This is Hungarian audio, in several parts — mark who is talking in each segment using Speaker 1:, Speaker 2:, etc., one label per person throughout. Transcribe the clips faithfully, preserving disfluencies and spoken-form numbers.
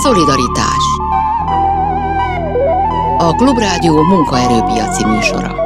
Speaker 1: Szolidaritás. A Klubrádió munkaerőpiaci műsora.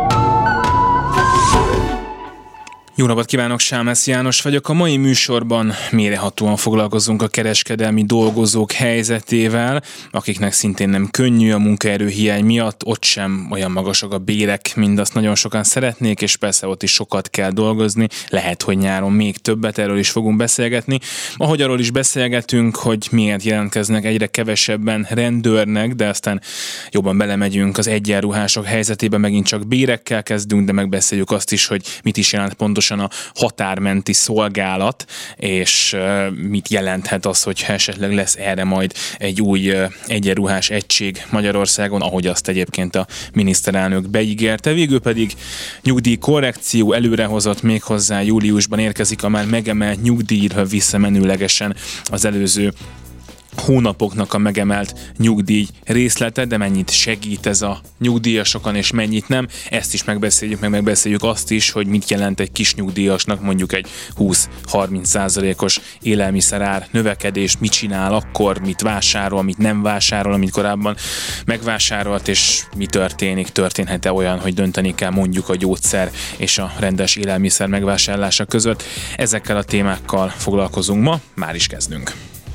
Speaker 2: Jó napot kívánok, Sámesz János vagyok. A mai műsorban mélyrehatóan foglalkozunk a kereskedelmi dolgozók helyzetével, akiknek szintén nem könnyű a munkaerőhiány miatt, ott sem olyan magasak a bérek, mint azt nagyon sokan szeretnék, és persze ott is sokat kell dolgozni, lehet, hogy nyáron még többet, erről is fogunk beszélgetni. Ahogy arról is beszélgetünk, hogy miért jelentkeznek egyre kevesebben rendőrnek, de aztán jobban belemegyünk az egyenruhások helyzetébe, megint csak bérekkel kezdünk, de megbeszéljük azt is, hogy mit is jelent pontosan a határmenti szolgálat, és mit jelenthet az, hogy esetleg lesz erre majd egy új egyenruhás egység Magyarországon, ahogy azt egyébként a miniszterelnök beígérte. Végül pedig nyugdíjkorrekció előrehozott, méghozzá júliusban érkezik a már megemelt nyugdíjra visszamenőlegesen az előző hónapoknak a megemelt nyugdíj részlete, de mennyit segít ez a nyugdíjasokon, és mennyit nem. Ezt is megbeszéljük, meg megbeszéljük azt is, hogy mit jelent egy kis nyugdíjasnak mondjuk egy húsz-harminc százalékos élelmiszerár növekedés, mit csinál akkor, mit vásárol, mit nem vásárol, amit korábban megvásárolt, és mi történik, történhet-e olyan, hogy dönteni kell mondjuk a gyógyszer és a rendes élelmiszer megvásárlása között. Ezekkel a témákkal foglalkozunk ma, már is kezdünk.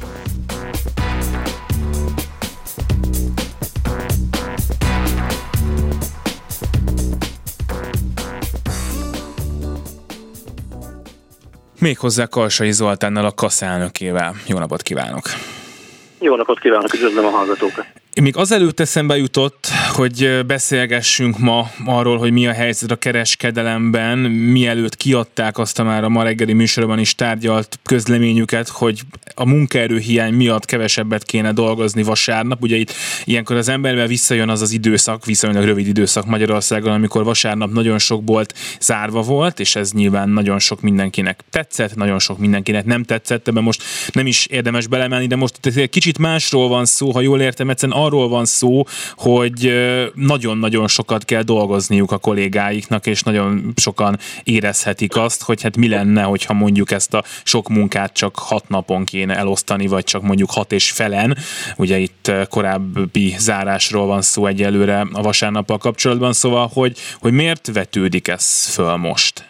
Speaker 2: Méghozzá Karsai Zoltánnal, a KASZ elnökével. Jó napot kívánok!
Speaker 3: Jó napot kívánok, üdvözlöm a hallgatókat!
Speaker 2: Még azelőtt eszembe jutott, hogy beszélgessünk ma arról, hogy mi a helyzet a kereskedelemben, mielőtt kiadták azt a már a ma reggeli műsorban is tárgyalt közleményüket, hogy a munkaerőhiány miatt kevesebbet kéne dolgozni vasárnap. Ugye itt ilyenkor az emberben visszajön az az időszak, viszonylag rövid időszak Magyarországon, amikor vasárnap nagyon sok bolt zárva volt, és ez nyilván nagyon sok mindenkinek tetszett, nagyon sok mindenkinek nem tetszett, ebben most nem is érdemes belemenni, de most egy kicsit másról van szó, ha jól értem, egyszerűen arról van szó, hogy nagyon-nagyon sokat kell dolgozniuk a kollégáiknak, és nagyon sokan érezhetik azt, hogy hát mi lenne, hogyha mondjuk ezt a sok munkát csak hat napon kéne elosztani, vagy csak mondjuk hat és felen. Ugye itt korábbi zárásról van szó egyelőre a vasárnappal kapcsolatban, szóval, hogy, hogy miért vetődik ez föl most?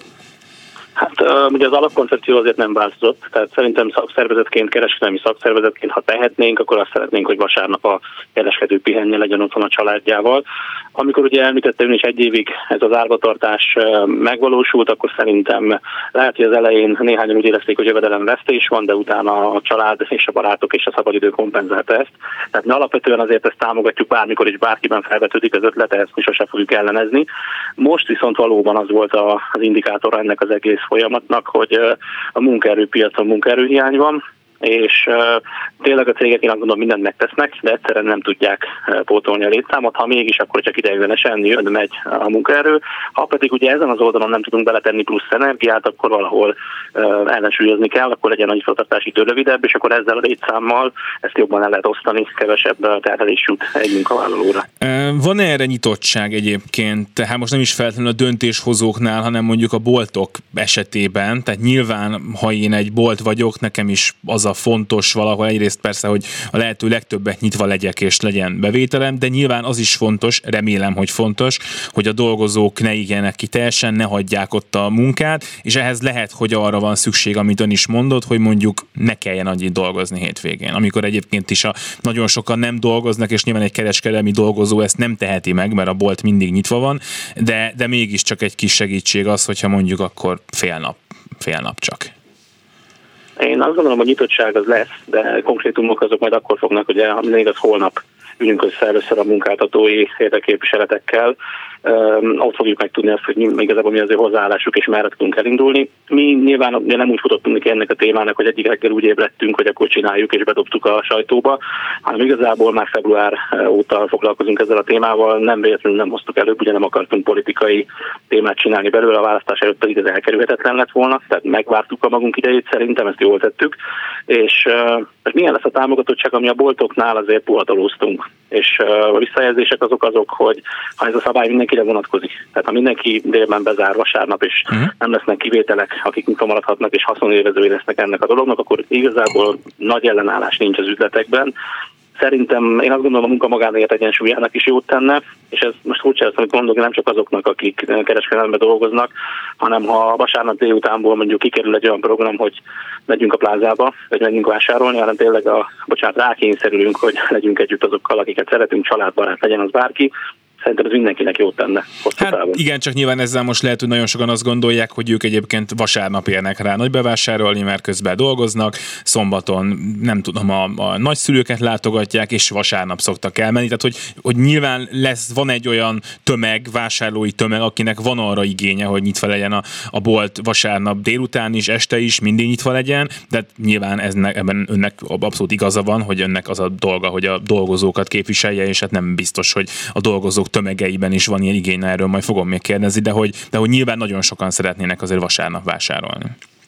Speaker 3: Hát uh, ugye az alapkoncepció azért nem változott, tehát szerintem szakszervezetként, kereskedelmi szakszervezetként, ha tehetnénk, akkor azt szeretnénk, hogy vasárnap a kereskedő pihenje, legyen otthon a családjával. Amikor ugye említettem is, egy évig ez az árvatartás uh, megvalósult, akkor szerintem lehet, hogy az elején néhányan úgy érezték, hogy jövedelemvesztés van, de utána a család és a barátok és a szabadidő kompenzálta ezt. Tehát mi alapvetően azért ezt támogatjuk, bármikor is bárkiben felvetődik az ötlete, ezt mi sosem fogjuk ellenezni. Most viszont valóban az volt a, az indikátor ennek az egész folyamatnak, hogy a munkaerőpiacon munkaerőhiány van, és uh, tényleg a cégek én azt gondolom mindent megtesznek, de egyszerűen nem tudják uh, pótolni a létszámot, ha mégis, akkor csak ideiglenesen jön, megy a munkaerő. Ha pedig ugye ezen az oldalon nem tudunk beletenni plusz energiát, akkor valahol uh, ellensúlyozni kell, akkor legyen a nyitvatartási idő rövidebb, és akkor ezzel a létszámmal ezt jobban el lehet osztani, kevesebb terhelés jut egy munkavállalóra.
Speaker 2: Van erre nyitottság egyébként? Tehát most nem is feltétlenül a döntéshozóknál, hanem mondjuk a boltok esetében. Tehát nyilván, ha én egy bolt vagyok, nekem is az a fontos valahol egyrészt persze, hogy a lehető legtöbbet nyitva legyek és legyen bevételem, de nyilván az is fontos, remélem, hogy fontos, hogy a dolgozók ne igyenek ki teljesen, ne hagyják ott a munkát, és ehhez lehet, hogy arra van szükség, amit ön is mondott, hogy mondjuk ne kelljen annyit dolgozni hétvégén. Amikor egyébként is a nagyon sokan nem dolgoznak, és nyilván egy kereskedelmi dolgozó ezt nem teheti meg, mert a bolt mindig nyitva van, de, de mégiscsak egy kis segítség az, hogyha mondjuk akkor fél nap, fél nap csak.
Speaker 3: Én azt gondolom, hogy nyitottság az lesz, de konkrétumok azok majd akkor fognak, ugye minden igaz, holnap ülünk össze először a munkáltatói érdekképviseletekkel, Um, ott fogjuk megtudni azt, hogy mi, igazából mi az ő hozzáállásuk, és merre tudunk elindulni. Mi nyilván ugye nem úgy futottunk ki ennek a témának, hogy egyik reggel úgy ébredtünk, hogy akkor csináljuk, és bedobtuk a sajtóba, hanem igazából már február óta foglalkozunk ezzel a témával, nem véletlenül nem hoztuk előbb, ugye nem akartunk politikai témát csinálni belőle, a választás előtt pedig ez elkerülhetetlen lett volna, tehát megvártuk a magunk idejét, szerintem ezt jól tettük, és uh, milyen lesz a támogatottság, ami a boltoknál azért puhatolóztunk dolog. És a visszajelzések azok azok, hogy ha ez a szabály mindenkire vonatkozik, tehát ha mindenki délben bezár vasárnap, és uh-huh. nem lesznek kivételek, akik nyitva maradhatnak, és haszonélvezői lesznek ennek a dolognak, akkor igazából nagy ellenállás nincs az üzletekben. Szerintem én azt gondolom, a munka magánélet egyensúlyának is jót tenne, és ez most furcsa ezt, amit mondok, nem csak azoknak, akik kereskedelemben dolgoznak, hanem ha vasárnap délutánból mondjuk kikerül egy olyan program, hogy megyünk a plázába, vagy megyünk vásárolni, hanem tényleg a, bocsánat, rákényszerülünk, hogy legyünk együtt azokkal, akiket szeretünk, családbarát legyen az bárki. Szerintem ez mindenkinek jót tenne.
Speaker 2: Hát igen, csak nyilván ezzel most lehet, hogy nagyon sokan azt gondolják, hogy ők egyébként vasárnap érnek rá nagy bevásárolni, mert közben dolgoznak, szombaton nem tudom, a, a nagyszülőket látogatják, és vasárnap szoktak elmenni. Tehát, hogy, hogy nyilván lesz, van egy olyan tömeg, vásárlói tömeg, akinek van arra igénye, hogy nyitva legyen a, a bolt vasárnap délután is, este is, mindig nyitva legyen, de nyilván eznek, ebben önnek abszolút igaza van, hogy önnek az a dolga, hogy a dolgozókat képviselje, és hát nem biztos, hogy a dolgozók tömegeiben is van ilyen igény, erről majd fogom még kérdezni, de hogy, de hogy nyilván nagyon sokan szeretnének azért vasárnap vásárolni.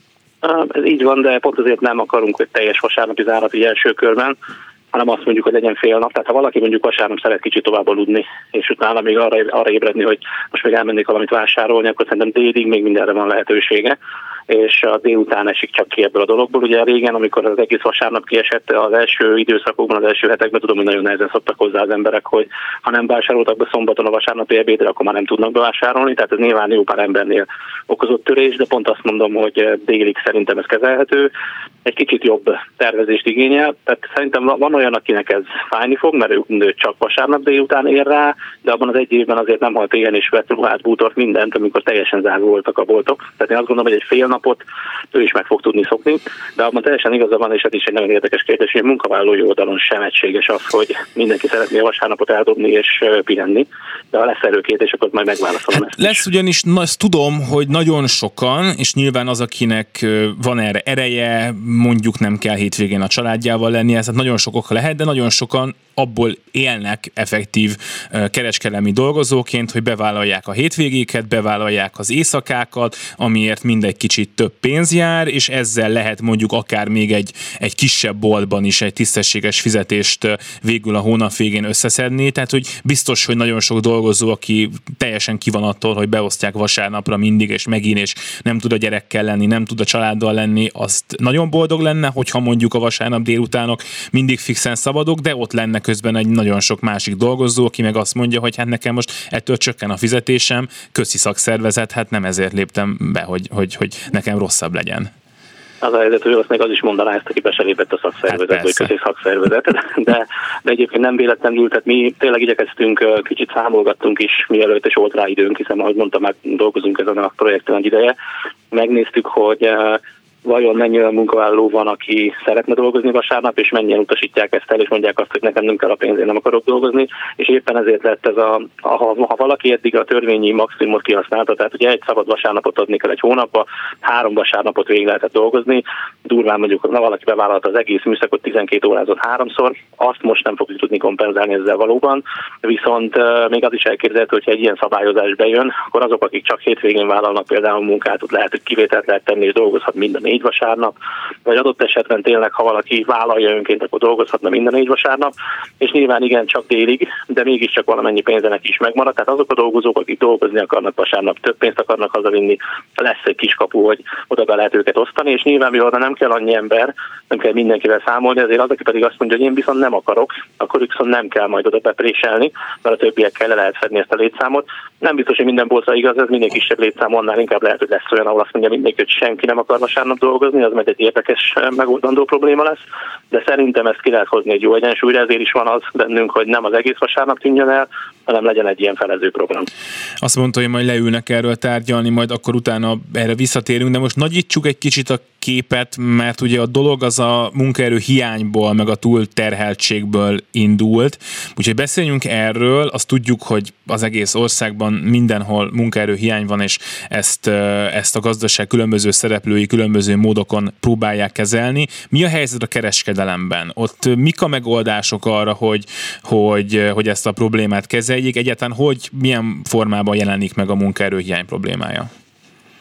Speaker 3: Ez így van, de pont azért nem akarunk, hogy teljes vasárnapi zárat így első körben, hanem azt mondjuk, hogy legyen fél nap. Tehát ha valaki mondjuk vasárnap szeret kicsit tovább aludni, és utána még arra, arra ébredni, hogy most még elmennék valamit vásárolni, akkor szerintem délig még mindenre van lehetősége, és a délután esik csak ki ebből a dologból. Ugye régen, amikor az egész vasárnap kiesett, az első időszakokban, az első hetekben tudom, hogy nagyon nehezen szoktak hozzá az emberek, hogy ha nem vásároltak be szombaton a vasárnapi ebédre, akkor már nem tudnak bevásárolni, tehát ez nyilván jó pár embernél okozott törés, de pont azt mondom, hogy délig szerintem ez kezelhető. Egy kicsit jobb tervezést igényel, tehát szerintem van olyan, akinek ez fájni fog, mert ő csak vasárnap délután ér rá, de abban az egy évben azért nem halt éhen és vett ruhát, bútort, mindent, amikor teljesen zárva voltak a boltok. Tehát én azt gondolom, hogy egy fél napot ő is meg fog tudni szokni, de abban teljesen igaza van, és ez is egy nagyon érdekes kérdés, hogy a munkavállalói oldalon sem egységes az, hogy mindenki szeretné a vasárnapot eldobni és pihenni, de ha lesz erőkérdés, akkor majd megválaszolom
Speaker 2: hát
Speaker 3: ezt.
Speaker 2: Lesz ugyanis, na, ezt tudom, hogy nagyon sokan, és nyilván az, akinek van erre ereje, mondjuk nem kell hétvégén a családjával lenni, ez hát nagyon sok oka lehet, de nagyon sokan abból élnek effektív kereskedelmi dolgozóként, hogy bevállalják a hétvégéket, bevállalják az éjszakákat, amiért mindegy kicsit több pénz jár, és ezzel lehet mondjuk akár még egy, egy kisebb boltban is egy tisztességes fizetést végül a hónap végén összeszedni. Tehát, hogy biztos, hogy nagyon sok dolgozó, aki teljesen ki van attól, hogy beosztják vasárnapra mindig, és megint, és nem tud a gyerekkel lenni, nem tud a családdal lenni, azt nagyon boldog lenne, hogyha mondjuk a vasárnap délutánok mindig fixen szabadok, de ott lenne közben egy nagyon sok másik dolgozó, aki meg azt mondja, hogy hát nekem most ettől csökken a fizetésem, köszi szakszervezet, hát nem ezért léptem be, hogy, hogy, hogy nekem rosszabb legyen.
Speaker 3: Az a helyzet, hogy azt még az is mondaná ezt, aki be se lépett a szakszervezet, hát vagy közé szakszervezet, de, de egyébként nem véletlenül, tehát mi tényleg igyekeztünk, kicsit számolgattunk is, mielőtt, és volt rá időnk, hiszen ahogy mondtam, már dolgozunk ezen a projekten egy ideje. Megnéztük, hogy vajon mennyi olyan munkavállaló van, aki szeretne dolgozni vasárnap, és mennyien utasítják ezt el, és mondják azt, hogy nekem nem kell a pénz, én nem akarok dolgozni, és éppen ezért lett ez a, ha, ha valaki eddig a törvényi maximumot kihasználta, tehát ugye egy szabad vasárnapot adni kell egy hónapba, három vasárnapot végig lehetett dolgozni, durván mondjuk, ha valaki bevállalta az egész műszakot, tizenkét órázott háromszor, azt most nem fogjuk tudni kompenzálni ezzel valóban, viszont uh, még az is elképzelhető, hogyha egy ilyen szabályozás bejön, akkor azok, akik csak hétvégén vállalnak például munkát, ott lehet, hogy kivételt lehet tenni, és dolgozhat minden négy vasárnap, vagy adott esetben tényleg, ha valaki vállalja önként, akkor dolgozhatna minden négy vasárnap, és nyilván igen, csak délig, de mégiscsak valamennyi pénzenek is megmarad. Tehát azok a dolgozók, akik dolgozni akarnak vasárnap, több pénzt akarnak hazavinni, lesz egy kiskapu, hogy oda be lehet őket osztani, és nyilván mivel oda nem kell annyi ember, nem kell mindenkivel számolni, ezért az, aki pedig azt mondja, hogy én viszont nem akarok, akkor viszont nem kell majd oda bepréselni, mert a többiekkel le lehet fedni ezt a létszámot. Nem biztos, hogy minden boltra igaz, ez minél kisebb létszám, annál inkább lehet, hogy lesz olyan, ahol azt mondja mindenki, hogy senki nem akar vasárnap dolgozni, az meg egy érdekes megoldandó probléma lesz, de szerintem ezt ki lehet hozni egy jó egyensúlyra, ezért is van az bennünk, hogy nem az egész vasárnap tűnjön el, hanem legyen egy ilyen felező program.
Speaker 2: Azt mondta, hogy majd leülnek erről tárgyalni, majd akkor utána erre visszatérünk, de most nagyítsuk egy kicsit a képet, mert ugye a dolog az a munkaerő hiányból, meg a túlterheltségből indult. Úgyhogy beszéljünk erről, azt tudjuk, hogy az egész országban mindenhol munkaerő hiány van, és ezt, ezt a gazdaság különböző szereplői különböző módokon próbálják kezelni. Mi a helyzet a kereskedelemben? Ott mik a megoldások arra, hogy, hogy, hogy ezt a problémát kezeljék? Egyáltalán hogy, milyen formában jelenik meg a munkaerő hiány problémája?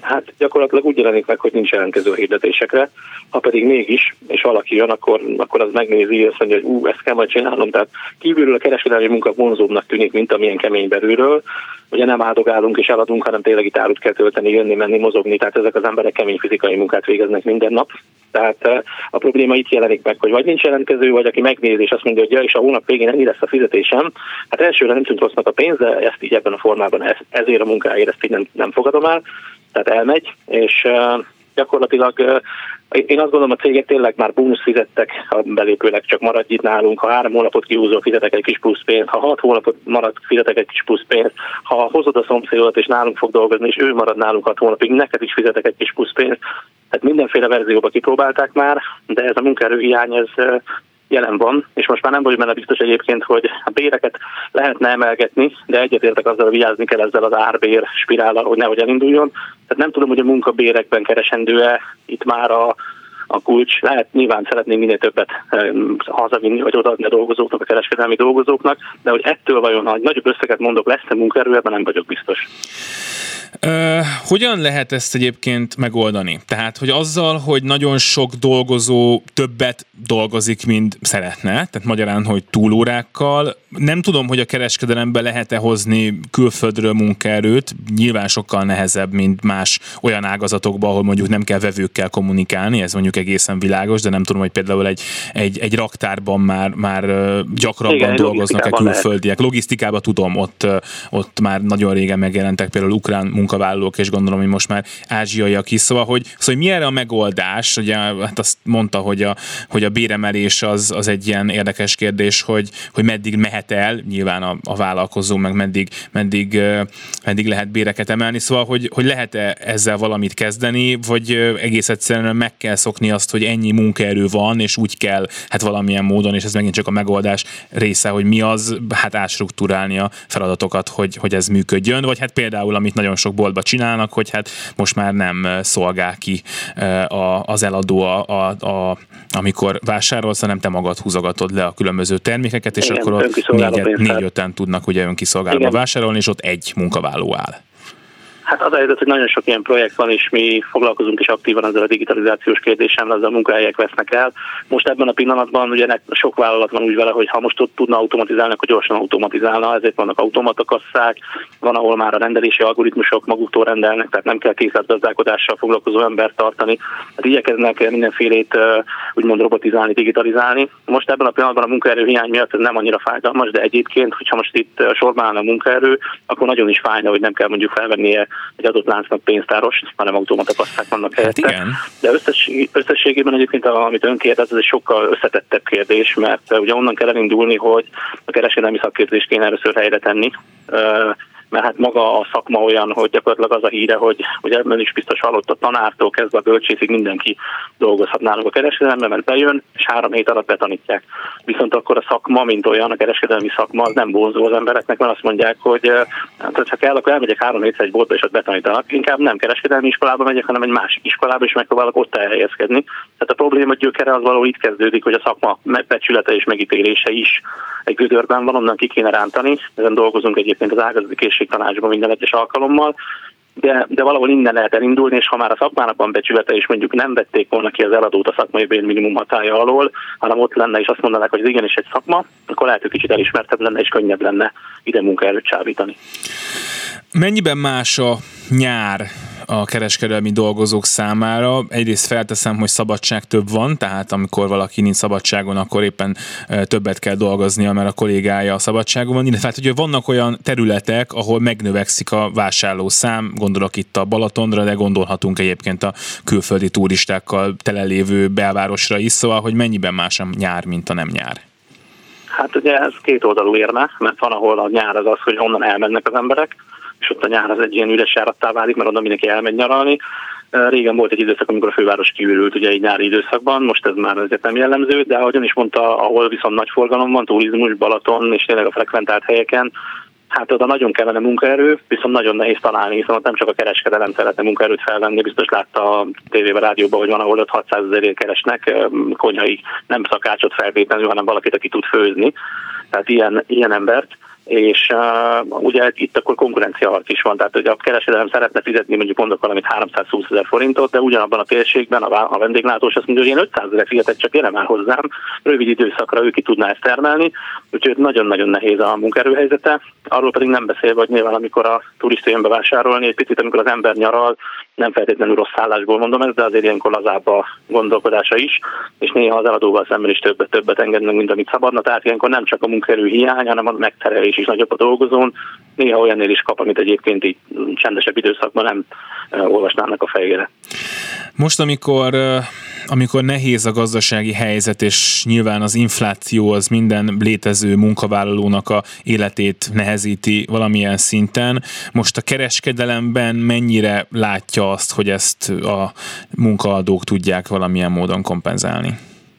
Speaker 3: Hát gyakorlatilag úgy jelenik meg, hogy nincs jelentkező hirdetésekre, ha pedig mégis, és valaki jön, akkor, akkor az megnézi, és azt mondja, hogy ú, ezt kell majd csinálnom. Tehát kívülről a kereskedelmi munka vonzóbbnak tűnik, mint amilyen kemény belülről. Ugye nem áldogálunk és eladunk, hanem tényleg itt árut kell tölteni, jönni, menni, mozogni, tehát ezek az emberek kemény fizikai munkát végeznek minden nap. Tehát a probléma itt jelenik meg, hogy vagy nincs jelentkező, vagy aki megnézi és azt mondja, hogy ja, és a hónap végén ennyi lesz a fizetésem. Hát elsőre nem tűnt rossznak a pénz, de ezt így ebben a formában ez, ezért a munkáért ezt így nem, nem fogadom el. Tehát elmegy, és uh, gyakorlatilag uh, én azt gondolom, a cégek tényleg már bónusz fizettek, ha belépőleg csak maradj itt nálunk, ha három hónapot kiúzol, fizetek egy kis plusz pénzt, ha hat hónapot marad, fizetek egy kis plusz pénzt, ha hozod a szomszédodat és nálunk fog dolgozni, és ő marad nálunk hat hónapig, neked is fizetek egy kis plusz pénzt. Tehát mindenféle verzióba kipróbálták már, de ez a munkaerőhiány, ez uh, jelen van, és most már nem vagyok benne biztos egyébként, hogy a béreket lehetne emelgetni, de egyetértek azzal, hogy vigyázni kell ezzel az árbér spirállal, hogy nehogy elinduljon. Tehát nem tudom, hogy a munkabérekben keresendő-e itt már a, a kulcs. Lehet, nyilván szeretnénk minél többet hazavinni, vagy odaadni a dolgozóknak, a kereskedelmi dolgozóknak, de hogy ettől vajon, ha nagyobb összeget mondok, lesz-e munkaerő, ebben nem vagyok biztos.
Speaker 2: Uh, hogyan lehet ezt egyébként megoldani? Tehát, hogy azzal, hogy nagyon sok dolgozó többet dolgozik, mint szeretne, tehát magyarán, hogy túlórákkal, nem tudom, hogy a kereskedelembe lehet-e hozni külföldről munkaerőt, nyilván sokkal nehezebb, mint más olyan ágazatokban, ahol mondjuk nem kell vevőkkel kommunikálni, ez mondjuk egészen világos, de nem tudom, hogy például egy, egy, egy raktárban már, már gyakrabban Igen, dolgoznak-e külföldiek. Lehet. Logisztikában tudom, ott, ott már nagyon régen megjelentek például ukrán munkavállalók, és gondolom, hogy most már ázsiaiak is. Szóval, hogy, szóval, hogy mi erre a megoldás? Ugye, hát azt mondta, hogy a, hogy a béremelés az, az egy ilyen érdekes kérdés, hogy, hogy meddig mehet el, nyilván a, a vállalkozó, meg meddig, meddig, meddig lehet béreket emelni. Szóval, hogy, hogy lehet-e ezzel valamit kezdeni, vagy egész egyszerűen meg kell szokni azt, hogy ennyi munkaerő van, és úgy kell hát valamilyen módon, és ez megint csak a megoldás része, hogy mi az, hát átstruktúrálni a feladatokat, hogy, hogy ez működjön, vagy hát például, amit nagyon sok boltba csinálnak, hogy hát most már nem szolgál ki az eladó, a, a, a, amikor vásárolsz, hanem te magad húzogatod le a különböző termékeket, és Igen, akkor ott négy, négy-öten tudnak ugye önkiszolgálva vásárolni, és ott egy munkavállaló áll.
Speaker 3: Hát az a helyzet, hogy nagyon sok ilyen projekt van, és mi foglalkozunk is aktívan ezzel a digitalizációs kérdéssel, ezzel a munkahelyek vesznek el. Most ebben a pillanatban ugye sok vállalat van úgy vele, hogy ha most ott tudna automatizálni, akkor gyorsan automatizálna, ezért vannak automatakasszák, van, ahol már a rendelési algoritmusok maguktól rendelnek, tehát nem kell készletgazdálkodással foglalkozó embert tartani. Hát igyekeznek mindenfélét úgymond robotizálni, digitalizálni. Most ebben a pillanatban a munkaerő hiány miatt ez nem annyira fájdalmas, de egyébként, hogyha most itt sorban állna a munkaerő, akkor nagyon is fájna, hogy nem kell mondjuk felvennie egy adott láncnak pénztárost, hanem automatakasszák vannak helyette.
Speaker 2: Hát
Speaker 3: de összesség, összességében egyébként, amit ön kérdez, ez egy sokkal összetettebb kérdés, mert ugye onnan kell elindulni, hogy a kereskedelmi szakképzést kéne először helyre tenni, mert hát maga a szakma olyan, hogy gyakorlatilag az a híre, hogy ugye ön is biztos hallott, a tanártól kezdve a bölcsészig mindenki dolgozhat nálunk a kereskedelemben, mert bejön, és három hét alatt betanítják. Viszont akkor a szakma, mint olyan, a kereskedelmi szakma, az nem vonzó az embereknek, mert azt mondják, hogy hát, ha kell, akkor elmegyek három hétszer egy boltba, és ott betanítanak. Inkább nem kereskedelmi iskolába megyek, hanem egy másik iskolába, és megpróbálok ott elhelyezkedni. Tehát a probléma gyökere az valahol itt kezdődik, hogy a szakma becsülete és megítélése is egy gödörben van, onnan ki kéne rántani. Ezen dolgozunk egyébként az ágazati készségtanácsban minden egyes alkalommal, de, de valahol innen lehet elindulni, és ha már a szakmának van becsülete, és mondjuk nem vették volna ki az eladót a szakmai bérminimum hatálya alól, hanem ott lenne, és azt mondanák, hogy ez igenis egy szakma, akkor lehet, hogy kicsit elismertebb lenne, és könnyebb lenne ide munkaerőt csábítani.
Speaker 2: Mennyiben más a nyár a kereskedelmi dolgozók számára? Egyrészt felteszem, hogy szabadság több van, tehát amikor valaki nincs szabadságon, akkor éppen többet kell dolgoznia, mert a kollégája a szabadságon van. Illetve hát, hogy vannak olyan területek, ahol megnövekszik a vásárlószám, gondolok itt a Balatonra, de gondolhatunk egyébként a külföldi turistákkal telelévő belvárosra is, szóval, hogy mennyiben más a nyár, mint a nem nyár?
Speaker 3: Hát ugye ez két oldalú érme, mert van, ahol a nyár az az, hogy onnan elmennek az emberek, és ott a nyár az egy ilyen üres járattá válik, mert onnan mindenki elmegy nyaralni. Régen volt egy időszak, amikor a főváros kiürült ugye egy nyári időszakban, most ez már azért nem jellemző, de ahogyan is mondta, ahol viszont nagy forgalom van, turizmus, Balaton és tényleg a frekventált helyeken, hát oda nagyon kellene munkaerő, viszont nagyon nehéz találni, hiszen ott nem csak a kereskedelem szeretne munkaerőt felvenni, biztos látta a tévében, rádióban, hogy van, ahol öt-hatszáz ezerért keresnek konyhai, nem szakácsot felvétlenül, hanem valakit, aki tud főzni, tehát ilyen, ilyen embert. és uh, ugye itt akkor konkurenciaharc is van, tehát hogy a kereskedelem szeretne fizetni mondjuk mondok valamit háromszázhúszezer forintot, de ugyanabban a térségben a, a vendéglátós azt mondja, hogy én ötszázezer fizetek, csak gyere már hozzám, rövid időszakra ő ki tudná ezt termelni, úgyhogy nagyon-nagyon nehéz a munkaerőhelyzete, arról pedig nem beszélve, hogy nyilván amikor a turista jön bevásárolni, egy picit amikor az ember nyaral, nem feltétlenül rossz szállásból mondom ezt, de azért ilyenkor lazább a gondolkodása is, és néha az eladóval szemben is többet, többet engednek, mint amit szabadna, tehát ilyenkor nem csak a munkaerő hiány, hanem a megterhelés is nagyobb a dolgozón, néha olyannél is kap, amit egyébként így csendesebb időszakban nem uh, olvasnának a fejére.
Speaker 2: Most, amikor, amikor nehéz a gazdasági helyzet, és nyilván az infláció az minden létező munkavállalónak a életét nehezíti valamilyen szinten, most a kereskedelemben mennyire látja azt, hogy ezt a munkaadók tudják valamilyen módon kompenzálni?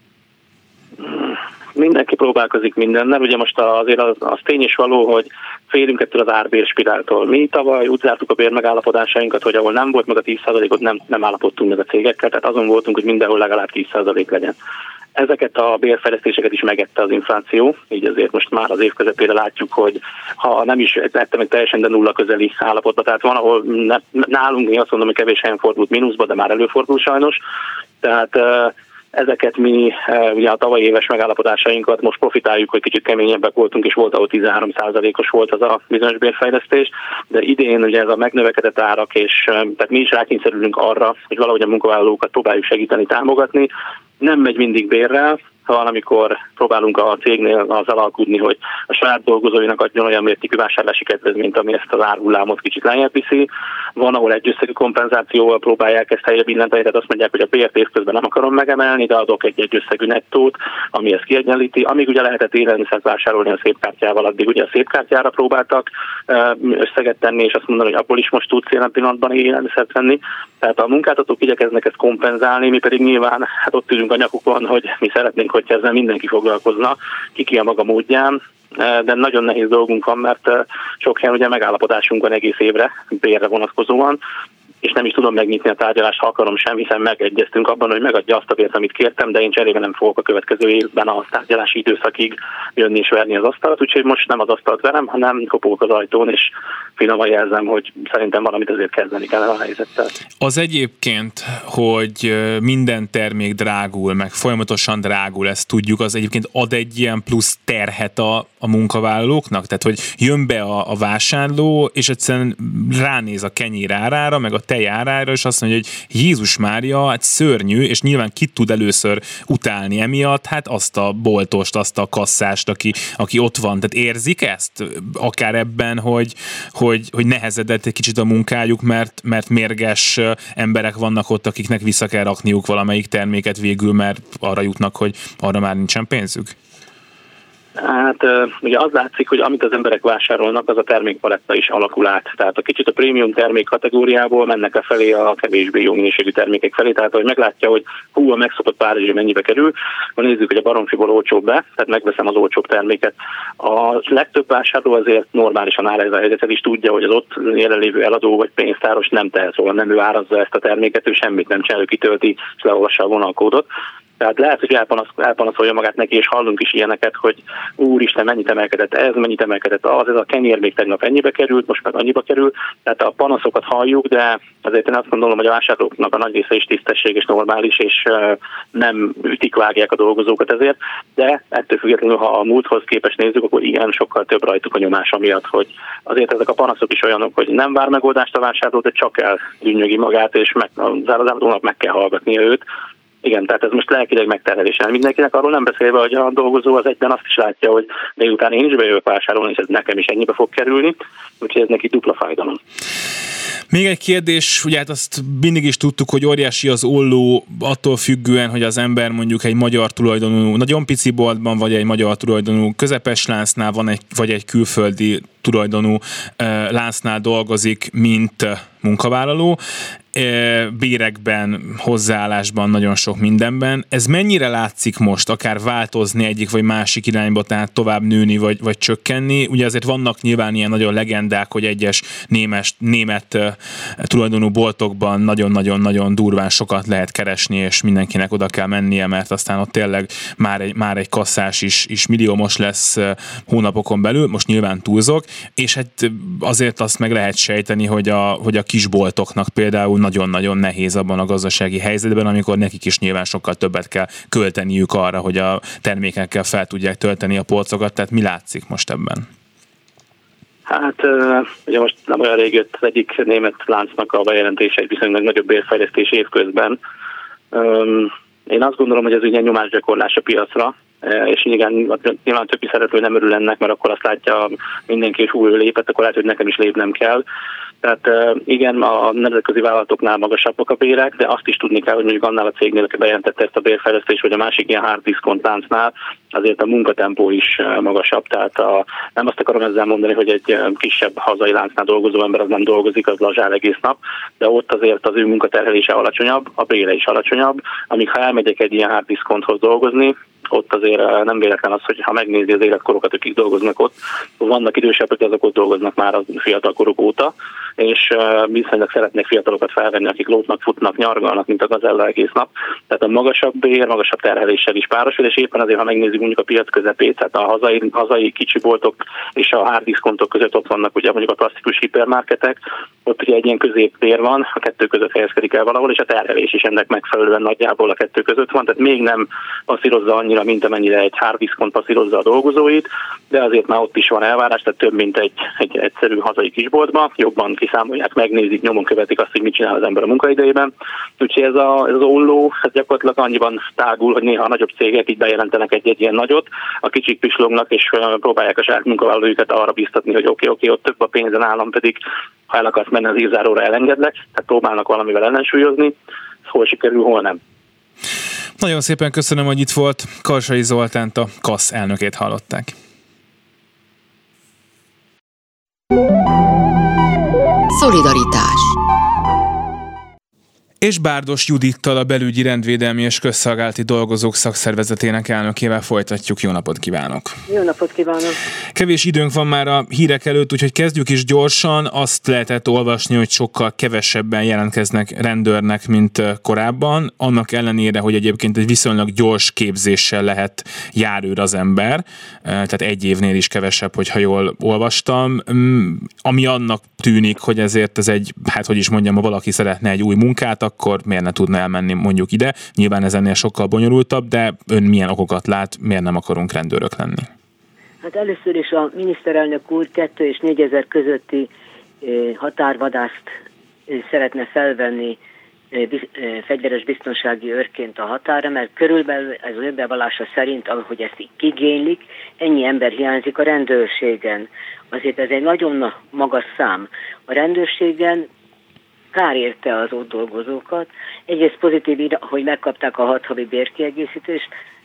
Speaker 3: Mindenki próbálkozik mindennel, ugye most azért az, az tény is való, hogy félünk ettől az árbérspiráltól. Mi tavaly úgy zártuk a bérmegállapodásainkat, hogy ahol nem volt meg a tíz százalékot, nem, nem állapodtunk meg a cégekkel, tehát azon voltunk, hogy mindenhol legalább tíz százalék legyen. Ezeket a bérfejlesztéseket is megette az infláció, így azért most már az év közepére látjuk, hogy ha nem is ette meg teljesen, de nulla közeli állapotban, tehát van, ahol ne, nálunk, én azt mondom, hogy kevés helyen fordult mínuszba, de már előfordul sajnos, tehát ezeket mi ugye a tavalyi éves megállapodásainkat most profitáljuk, hogy kicsit keményebbek voltunk, és volt, ahol tizenhárom százalékos volt az a bizonyos bérfejlesztés, de idén ugye ez a megnövekedett árak, és tehát mi is rákényszerülünk arra, hogy valahogy a munkavállalókat próbáljuk segíteni, támogatni. Nem megy mindig bérrel, van, amikor próbálunk a cégnél azzal alkudni, hogy a saját dolgozóinak adjon olyan mértékű vásárlási kedvezményt, ami ezt az árhullámot kicsit lejjebb viszi. Van, ahol egy összegű kompenzációval próbálják ezt helyre billenteni, tehát azt mondják, hogy a bért évközben nem akarom megemelni, de adok egy-egy összegű nettót, ami ezt kiegyenlíti. Amíg ugye lehetett élelmiszert vásárolni a szépkártyával, addig ugye a szépkártyára próbáltak összeget tenni, és azt mondani, hogy abból is most tudsz jelen pillanatban élelmiszert venni. Tehát a munkáltatók igyekeznek ezt kompenzálni, mi pedig nyilván hát ott ülünk a nyakukon, hogy mi szeretnénk, hogyha ezzel mindenki foglalkozna, ki ki a maga módján, de nagyon nehéz dolgunk van, mert sok helyen ugye megállapodásunk van egész évre, bérre vonatkozóan, és nem is tudom megnyitni a tárgyalást, ha akarom sem, hiszen megegyeztünk abban, hogy megadja azt a bért, amit kértem, de én cserébe nem fogok a következő évben a tárgyalási időszakig jönni és verni az asztalt, úgyhogy most nem az asztalt verem, hanem kopogok az ajtón, és finoman jelzem, hogy szerintem valamit azért kezdeni kellene a helyzettel.
Speaker 2: Az egyébként, hogy minden termék drágul, meg folyamatosan drágul, ezt tudjuk, az egyébként ad egy ilyen plusz terhet a, a munkavállalóknak? Tehát, hogy jön be a, a vásárló, és egyszerűen ránéz a kenyér árára, meg a tej árára, és azt mondja, hogy Jézus Mária, hát szörnyű, és nyilván ki tud először utálni emiatt, hát azt a boltost, azt a kasszást, aki, aki ott van. Tehát érzik ezt? Akár ebben, hogy, hogy, hogy nehezedett egy kicsit a munkájuk, mert, mert mérges emberek vannak ott, akiknek vissza kell rakniuk valamelyik terméket végül, mert arra jutnak, hogy arra már nincsen pénzük?
Speaker 3: Hát ugye az látszik, hogy amit az emberek vásárolnak, az a termékpaletta is alakul át. Tehát a kicsit a prémium termék kategóriából mennek a felé a kevésbé jó minőségű termékek felé. Tehát hogy meglátja, hogy hú, a megszokott Párizsi mennyibe kerül, ha nézzük, hogy a baromfiból olcsóbb be, tehát megveszem az olcsóbb terméket. A legtöbb vásárló azért normálisan áll ez a helyzetet, is tudja, hogy az ott jelenlévő eladó vagy pénztáros nem tehet róla, nem ő árazza ezt a terméket, ő semmit nem csinál, ő kitölti és leolvassa a vonalkódot. Tehát lehet, hogy elpanaszolja magát neki, és hallunk is ilyeneket, hogy úristen, mennyit emelkedett ez, mennyit emelkedett az, ez a kenyér még tegnap ennyibe került, most meg annyiba kerül. Tehát a panaszokat halljuk, de azért én azt gondolom, hogy a vásárlóknak a nagy része is tisztességes, normális, és nem ütik, vágják a dolgozókat ezért. De ettől függetlenül, ha a múlthoz képest nézzük, akkor igen, sokkal több rajtuk a nyomása miatt, hogy azért ezek a panaszok is olyanok, hogy nem vár megoldást a vásárló, de csak elgyűnyögi magát, és meg, az állandónak meg kell hallgatnia őt. Igen, tehát ez most lelkileg megterhelésen. Mindenkinek arról nem beszélve, hogy a dolgozó az egyben azt is látja, hogy délután én is bejövök vásárolni, és ez nekem is ennyibe fog kerülni, úgyhogy ez neki dupla fájdalom.
Speaker 2: Még egy kérdés, ugye hát azt mindig is tudtuk, hogy óriási az olló attól függően, hogy az ember mondjuk egy magyar tulajdonú, nagyon pici boltban, vagy egy magyar tulajdonú közepes láncnál van, egy, vagy egy külföldi tulajdonú uh, láncnál dolgozik, mint munkavállaló, bérekben, hozzáállásban, nagyon sok mindenben. Ez mennyire látszik most akár változni egyik vagy másik irányba, tehát tovább nőni vagy, vagy csökkenni? Ugye azért vannak nyilván ilyen nagyon legendák, hogy egyes némes, német uh, tulajdonú boltokban nagyon-nagyon-nagyon durván sokat lehet keresni, és mindenkinek oda kell mennie, mert aztán ott tényleg már egy, már egy kasszás is, is milliómos lesz uh, hónapokon belül, most nyilván túlzok, és hát azért azt meg lehet sejteni, hogy a, hogy a kisboltoknak például nagyon-nagyon nehéz abban a gazdasági helyzetben, amikor nekik is nyilván sokkal többet kell költeniük arra, hogy a termékekkel fel tudják tölteni a polcokat, tehát mi látszik most ebben?
Speaker 3: Hát ugye most nem olyan rég jött az egyik német láncnak a bejelentése egy viszonylag nagyobb bérfejlesztés évközben. Én azt gondolom, hogy ez ugye nyomásgyakorlás a piacra, és igen, nyilván többi szereplő nem örül ennek, mert akkor azt látja mindenki, és új lépett, akkor lehet, hogy nekem is lépnem kell. Tehát igen, a nemzetközi vállalatoknál magasabbak a bérek, de azt is tudni kell, hogy mondjuk annál a cégnél, aki bejelentette ezt a bérfejlesztést, vagy a másik ilyen hard discount láncnál, azért a munkatempó is magasabb. Tehát a, nem azt akarom ezzel mondani, hogy egy kisebb hazai láncnál dolgozó ember az nem dolgozik, az lazsál egész nap, de ott azért az ő munkaterhelése alacsonyabb, a bére is alacsonyabb, amíg ha elmegyek egy ilyen hard discounthoz dolgozni, ott azért nem véletlen az, hogy ha megnézi az életkorokat, akik dolgoznak ott, vannak idősebbek, azok ott dolgoznak már a fiatal koruk óta, és viszonylag szeretnék fiatalokat felvenni, akik lótnak, futnak, nyargalnak, mint a gazella egész nap. Tehát a magasabb bér, magasabb terheléssel is párosul, és éppen azért, ha megnézzük mondjuk a piac közepét, tehát a hazai, hazai kicsi boltok és a hard diszkontok között ott vannak ugye mondjuk a klasszikus hipermarketek, ott ugye egy ilyen középtér van, a kettő között helyezkedik el valahol, és a terhelés is ennek megfelelően nagyjából a kettő között van, tehát még nem passzírozza annyira, mint amennyire egy hard diszkont passzírozza a dolgozóit, de azért már ott is van elvárás, tehát több, mint egy, egy egyszerű hazai kisboltban, jobban kiszámolják, megnézik, nyomon követik azt, hogy mit csinál az ember a munkaidejében. Úgyhogy ez, a, ez az olló ez gyakorlatilag annyiban tágul, hogy néha a nagyobb cégek így bejelentenek egy-egy ilyen nagyot, a kicsik pislognak, és próbálják a saját munkavállalójukat arra biztatni, hogy oké, oké, ott több a pénzen, állam pedig, ha el akarsz menni az írzáróra, elengedlek, tehát próbálnak valamivel ellensúlyozni, hol sikerül, hol nem.
Speaker 2: Nagyon szépen köszönöm, hogy itt volt. Karsai Zoltánt, a KASZ elnökét hallották.
Speaker 1: Szolidaritás.
Speaker 2: És Bárdos Judittal, a Belügyi, Rendvédelmi és Közszolgálati Dolgozók Szakszervezetének elnökével folytatjuk. Jó napot kívánok!
Speaker 4: Jó napot kívánok!
Speaker 2: Kevés időnk van már a hírek előtt, úgyhogy kezdjük is gyorsan. Azt lehetett olvasni, hogy sokkal kevesebben jelentkeznek rendőrnek, mint korábban. Annak ellenére, hogy egyébként egy viszonylag gyors képzéssel lehet járőr az ember, tehát egy évnél is kevesebb, hogyha jól olvastam. Ami annak tűnik, hogy ezért ez egy, hát hogy is mondjam, ha valaki szeretne egy új munkát, akkor miért ne tudna elmenni mondjuk ide. Nyilván ez ennél sokkal bonyolultabb, de ön milyen okokat lát, miért nem akarunk rendőrök lenni?
Speaker 4: Hát először is a miniszterelnök úr kettő és négyezer közötti határvadászt szeretne felvenni fegyveres biztonsági őrként a határa, mert körülbelül ez az ő bevallása szerint, ahogy ezt kigénylik, ennyi ember hiányzik a rendőrségen. Azért ez egy nagyon magas szám. A rendőrségen kár érte az ott dolgozókat. Egyrészt pozitív, hogy megkapták a hat havi bérkiegészítést,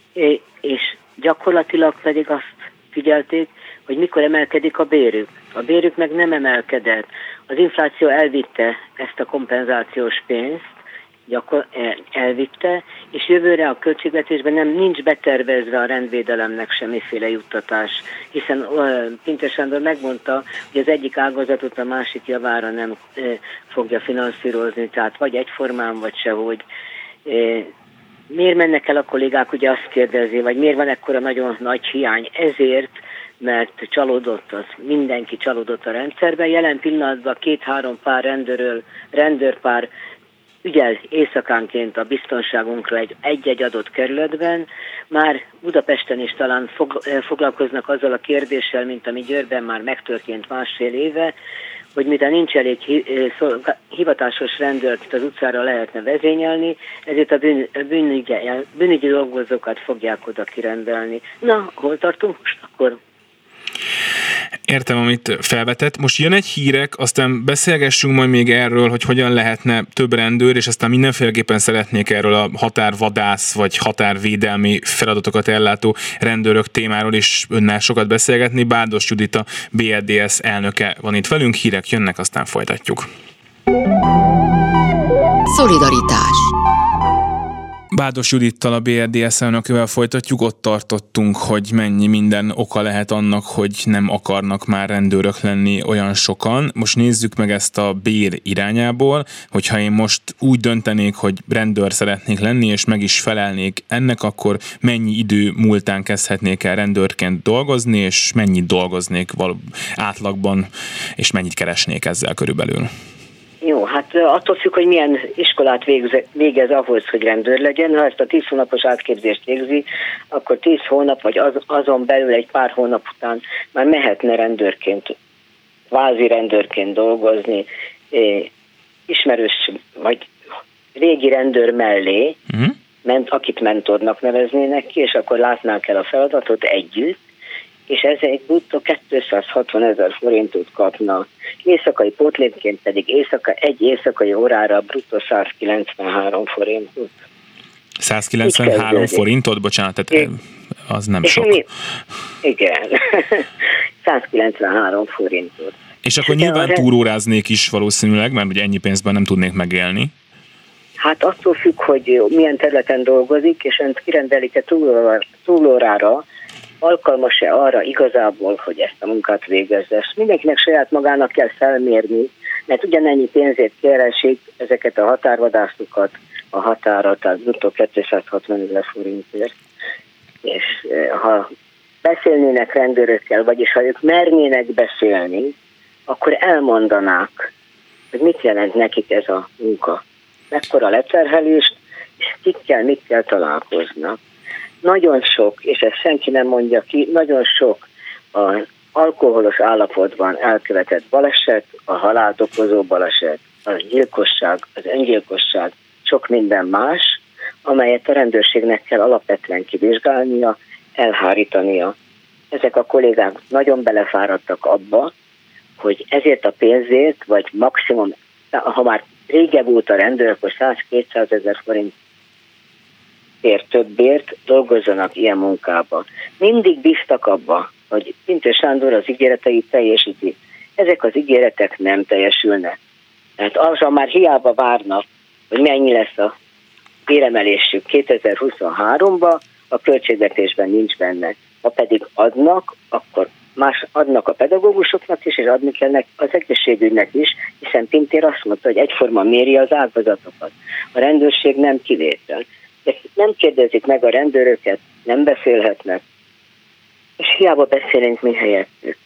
Speaker 4: és gyakorlatilag pedig azt figyelték, hogy mikor emelkedik a bérük. A bérük meg nem emelkedett. Az infláció elvitte ezt a kompenzációs pénzt, gyakor- elvitte, és jövőre a költségvetésben nem nincs betervezve a rendvédelemnek semmiféle juttatás, hiszen uh, Pintér Sándor megmondta, hogy az egyik ágazatot a másik javára nem uh, fogja finanszírozni, tehát vagy egyformán, vagy sehogy. Uh, miért mennek el a kollégák, ugye azt kérdezi, vagy miért van ekkora nagyon nagy hiány? Ezért, mert csalódott az, mindenki csalódott a rendszerben. Jelen pillanatban két-három pár rendőről, rendőrpár ügyel éjszakánként a biztonságunkra egy, egy-egy adott kerületben. Már Budapesten is talán fog, foglalkoznak azzal a kérdéssel, mint ami Győrben már megtörtént másfél éve, hogy miután nincs elég hivatásos rendőr, akit az utcára lehetne vezényelni, ezért a bűn, bűnügyi, bűnügyi dolgozókat fogják oda kirendelni. Na, hol tartunk most akkor?
Speaker 2: Értem, amit felvetett. Most jön egy hírek, aztán beszélgessünk majd még erről, hogy hogyan lehetne több rendőr, és aztán mindenféleképpen szeretnék erről a határvadász vagy határvédelmi feladatokat ellátó rendőrök témáról is önnel sokat beszélgetni. Bárdos Judit, a bé é dé es elnöke van itt velünk, hírek jönnek, aztán folytatjuk.
Speaker 1: Szolidaritás.
Speaker 2: Bádos Judittal, a bé er dé es elnökével folytatjuk, ott tartottunk, hogy mennyi minden oka lehet annak, hogy nem akarnak már rendőrök lenni olyan sokan. Most nézzük meg ezt a bér irányából, hogyha én most úgy döntenék, hogy rendőr szeretnék lenni, és meg is felelnék ennek, akkor mennyi idő múltán kezdhetnék el rendőrként dolgozni, és mennyit dolgoznék val- átlagban, és mennyit keresnék ezzel körülbelül?
Speaker 4: Jó, hát attól függ, hogy milyen iskolát végez, végez ahhoz, hogy rendőr legyen. Ha ezt a tíz hónapos átképzést végzi, akkor tíz hónap, vagy az, azon belül egy pár hónap után már mehetne rendőrként, kvázi rendőrként dolgozni, ismerős, vagy régi rendőr mellé, uh-huh. ment, akit mentornak neveznének ki, és akkor látnák el a feladatot együtt, és ez egy bruttó kétszázhatvan ezer forintot kapna. Éjszakai pótlékként pedig éjszaka, egy éjszakai órára bruttó százkilencvenhárom forintot.
Speaker 2: százkilencvenhárom forintot? Bocsánat, tehát az nem sok.
Speaker 4: Igen, százkilencvenhárom forintot.
Speaker 2: És akkor nyilván túróráznék is valószínűleg, mert ugye ennyi pénzben nem tudnék megélni.
Speaker 4: Hát attól függ, hogy milyen területen dolgozik, és önt kirendelik-e túlórára, alkalmas-e arra igazából, hogy ezt a munkát végezze. Ezt mindenkinek saját magának kell felmérni, mert ugyanennyi pénzét keresik ezeket a határvadászokat a határa, tehát bruttó kétszázhatvan ezer forintért. És ha beszélnének rendőrökkel, vagyis ha ők mernének beszélni, akkor elmondanák, hogy mit jelent nekik ez a munka. Mekkora leterhelést, és kikkel, mit kell találkoznak. Nagyon sok, és ezt senki nem mondja ki, nagyon sok az alkoholos állapotban elkövetett baleset, a halált okozó baleset, a gyilkosság, az öngyilkosság, sok minden más, amelyet a rendőrségnek kell alapvetően kivizsgálnia, elhárítania. Ezek a kollégák nagyon belefáradtak abba, hogy ezért a pénzért, vagy maximum, ha már régebb óta rendőr, akkor száz-kétszáz ezer forint ér többért dolgozzanak ilyen munkába. Mindig bíztak abba, hogy Pintér Sándor az ígéreteit teljesíti. Ezek az ígéretek nem teljesülnek. Tehát azra már hiába várnak, hogy mennyi lesz a béremelésük kétezer-huszonháromban, a költségvetésben nincs benne. Ha pedig adnak, akkor más adnak a pedagógusoknak is, és adni kell az egészségügynek is, hiszen Pintér azt mondta, hogy egyformán méri az ágazatokat. A rendőrség nem kivétel. De nem kérdezik meg a rendőröket, nem beszélhetnek, és hiába beszélünk mi helyettük.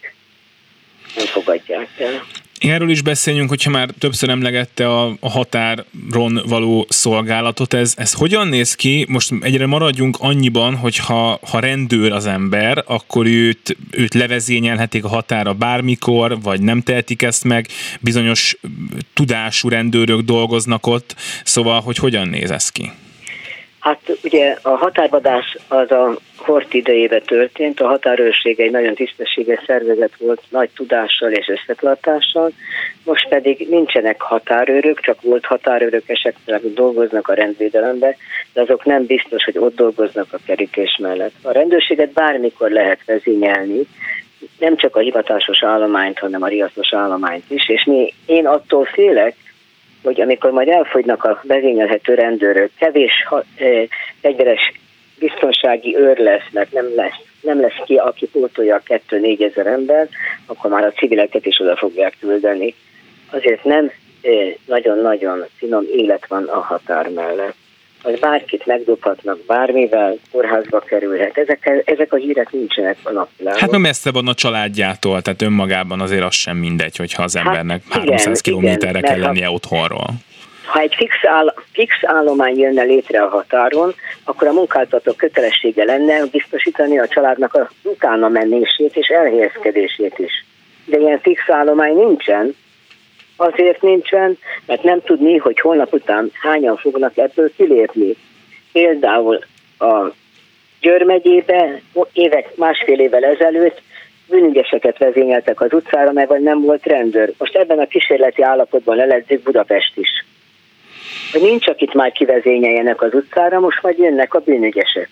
Speaker 4: Nem fogadják el.
Speaker 2: Erről is beszéljünk, hogyha már többször emlegette a, a határon való szolgálatot. Ez, ez hogyan néz ki? Most egyre maradjunk annyiban, hogy ha, ha rendőr az ember, akkor őt, őt levezényelhetik a határa bármikor, vagy nem tehetik ezt meg. Bizonyos tudású rendőrök dolgoznak ott. Szóval, hogy hogyan néz ez ki?
Speaker 4: Hát ugye a határvadás az a Hort idejében történt, a határőrség egy nagyon tisztességes szervezet volt, nagy tudással és összetartással, most pedig nincsenek határőrök, csak volt határőrök esetleg, akik dolgoznak a rendvédelemben, de azok nem biztos, hogy ott dolgoznak a kerítés mellett. A rendőrséget bármikor lehet vezényelni, nem csak a hivatásos állományt, hanem a riasztos állományt is, és mi, én attól félek, hogy amikor majd elfogynak a vezényelhető rendőrök, kevés eh, fegyveres biztonsági őr lesz, mert nem lesz, nem lesz ki, aki pótolja a kettő-négy ezer ember, akkor már a civileket is oda fogják küldeni. Azért nem eh, nagyon-nagyon finom élet van a határ mellett. Az bárkit megdobhatnak bármivel, kórházba kerülhet. Ezek, ezek a hírek nincsenek a napvilágon.
Speaker 2: Hát nem messze van a családjától, tehát önmagában azért az sem mindegy, hogyha az embernek hát háromszáz kilométerre kell lennie ha, otthonról.
Speaker 4: Ha egy fix, áll, fix állomány jönne létre a határon, akkor a munkáltató kötelessége lenne biztosítani a családnak a utána menését és elhelyezkedését is. De ilyen fix állomány nincsen. Azért nincsen, mert nem tudni, hogy holnap után hányan fognak ebből kilépni. Például a Győr megyébe évek, másfél évvel ezelőtt bűnügyeseket vezényeltek az utcára, mert nem volt rendőr. Most ebben a kísérleti állapotban leledzik Budapest is. Hogy nincs, akit már kivezényeljenek az utcára, most majd jönnek a bűnügyesek.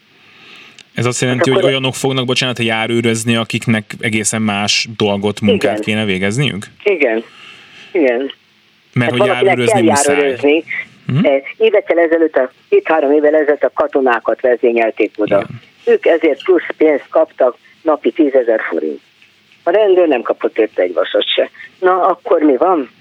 Speaker 2: Ez azt jelenti, hát hogy olyanok fognak, bocsánat, járőrözni, akiknek egészen más dolgot, munkát igen. kéne végezniük?
Speaker 4: Igen. Igen.
Speaker 2: Mert hogy járőrözni muszáj.
Speaker 4: Hmm. Évekkel ezelőtt, a két-három évvel ezelőtt a katonákat vezényelték oda. Igen. Ők ezért plusz pénzt kaptak, napi tízezer forint. A rendőr nem kapott érte egy vasat se. Na, akkor mi van?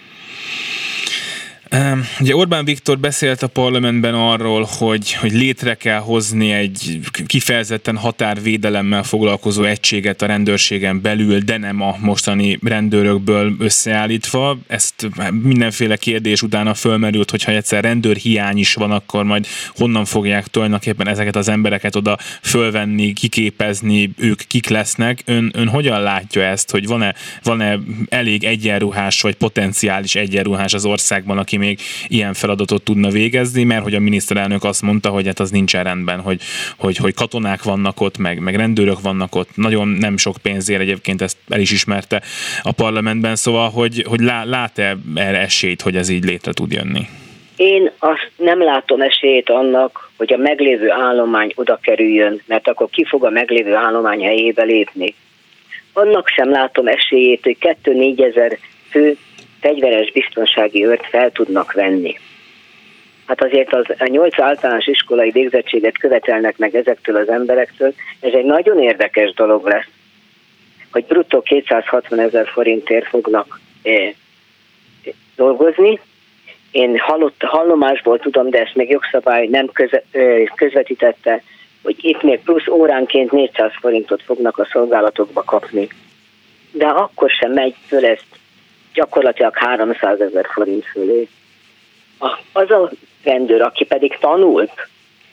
Speaker 2: Ugye Orbán Viktor beszélt a parlamentben arról, hogy, hogy létre kell hozni egy kifejezetten határvédelemmel foglalkozó egységet a rendőrségen belül, de nem a mostani rendőrökből összeállítva. Ezt mindenféle kérdés utána fölmerült, hogyha egyszer rendőrhiány is van, akkor majd honnan fogják tulajdonképpen ezeket az embereket oda fölvenni, kiképezni, ők kik lesznek. Ön, ön hogyan látja ezt, hogy van-e, van-e elég egyenruhás vagy potenciális egyenruhás az országban, aki még ilyen feladatot tudna végezni, mert hogy a miniszterelnök azt mondta, hogy hát az nincsen rendben, hogy, hogy, hogy katonák vannak ott, meg, meg rendőrök vannak ott, nagyon nem sok pénzért, egyébként ezt el is ismerte a parlamentben, szóval, hogy, hogy lát-e erre esélyt, hogy ez így létre tud jönni?
Speaker 4: Én azt nem látom esélyt annak, hogy a meglévő állomány oda kerüljön, mert akkor ki fog a meglévő állomány helyébe lépni. Annak sem látom esélyét, hogy kettő-négyezer fő fegyveres biztonsági őrt fel tudnak venni. Hát azért az a nyolc általános iskolai végzettséget követelnek meg ezektől az emberektől, ez egy nagyon érdekes dolog lesz, hogy bruttó kétszázhatvan ezer forintért fognak eh, dolgozni. Én hallott, hallomásból tudom, de ezt még jogszabály nem köze, eh, közvetítette, hogy itt még plusz óránként négyszáz forintot fognak a szolgálatokba kapni. De akkor sem megy föl ezt gyakorlatilag háromszázezer forint fölé. Az a rendőr, aki pedig tanult,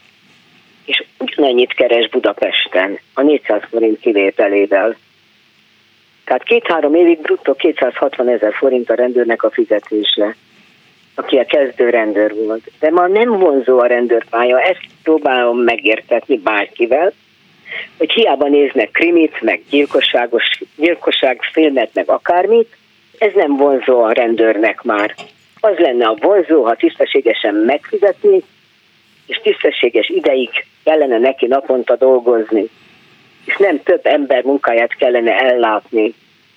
Speaker 4: és ugyanennyit keres Budapesten a négyszáz forint kivételével. Tehát két-három évig bruttó kétszázhatvan ezer forint a rendőrnek a fizetése, aki a kezdő rendőr volt. De ma nem vonzó a rendőrpálya, ezt próbálom megértetni bárkivel, hogy hiába néznek krimit, meg gyilkosságos, gyilkosságfilmet, meg akármit, ez nem vonzó a rendőrnek már. Az lenne a vonzó, ha tisztességesen megfizetni, és tisztességes ideig kellene neki naponta dolgozni. És nem több ember munkáját kellene ellátni.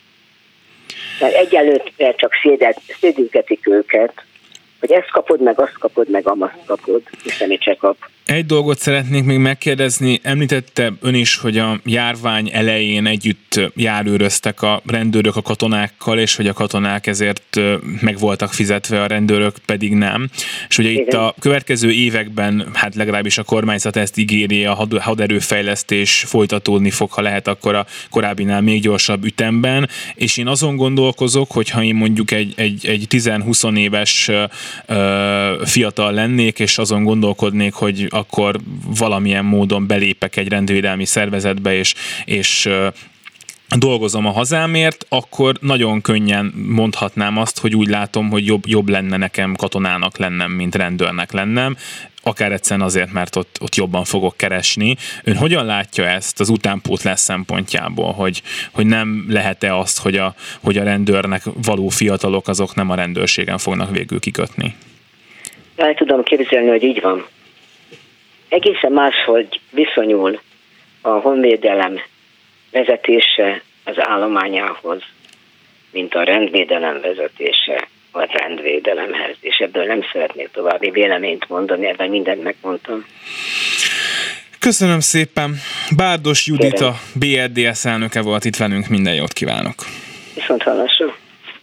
Speaker 4: Mert egyelőre csak szédültetik őket, hogy ezt kapod, meg azt kapod, meg amazt kapod, és semmit se kap.
Speaker 2: Egy dolgot szeretnék még megkérdezni, említette ön is, hogy a járvány elején együtt járőröztek a rendőrök a katonákkal, és hogy a katonák ezért meg voltak fizetve, a rendőrök pedig nem. És ugye itt a következő években, hát legalábbis a kormányzat ezt ígéri, a haderőfejlesztés folytatódni fog, ha lehet, akkor a korábbinál még gyorsabb ütemben, és én azon gondolkozok, hogy ha én mondjuk egy, egy, egy tíz-húsz éves ö, fiatal lennék, és azon gondolkodnék, hogy akkor valamilyen módon belépek egy rendvédelmi szervezetbe, és, és dolgozom a hazámért, akkor nagyon könnyen mondhatnám azt, hogy úgy látom, hogy jobb, jobb lenne nekem katonának lennem, mint rendőrnek lennem, akár egyszerűen azért, mert ott, ott jobban fogok keresni. Ön hogyan látja ezt az utánpótlás szempontjából, hogy, hogy nem lehet-e azt, hogy a, hogy a rendőrnek való fiatalok azok nem a rendőrségen fognak végül kikötni?
Speaker 4: El tudom képzelni, hogy így van. Egészen máshogy viszonyul a honvédelem vezetése az állományához, mint a rendvédelem vezetése a rendvédelemhez, és ebből nem szeretnék további véleményt mondani, ebben mindent megmondtam.
Speaker 2: Köszönöm szépen. Bárdos Judit, a bé er dé es elnöke volt itt velünk, minden jót kívánok.
Speaker 4: Viszont hallásra.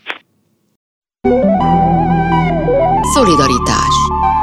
Speaker 1: Szolidaritás.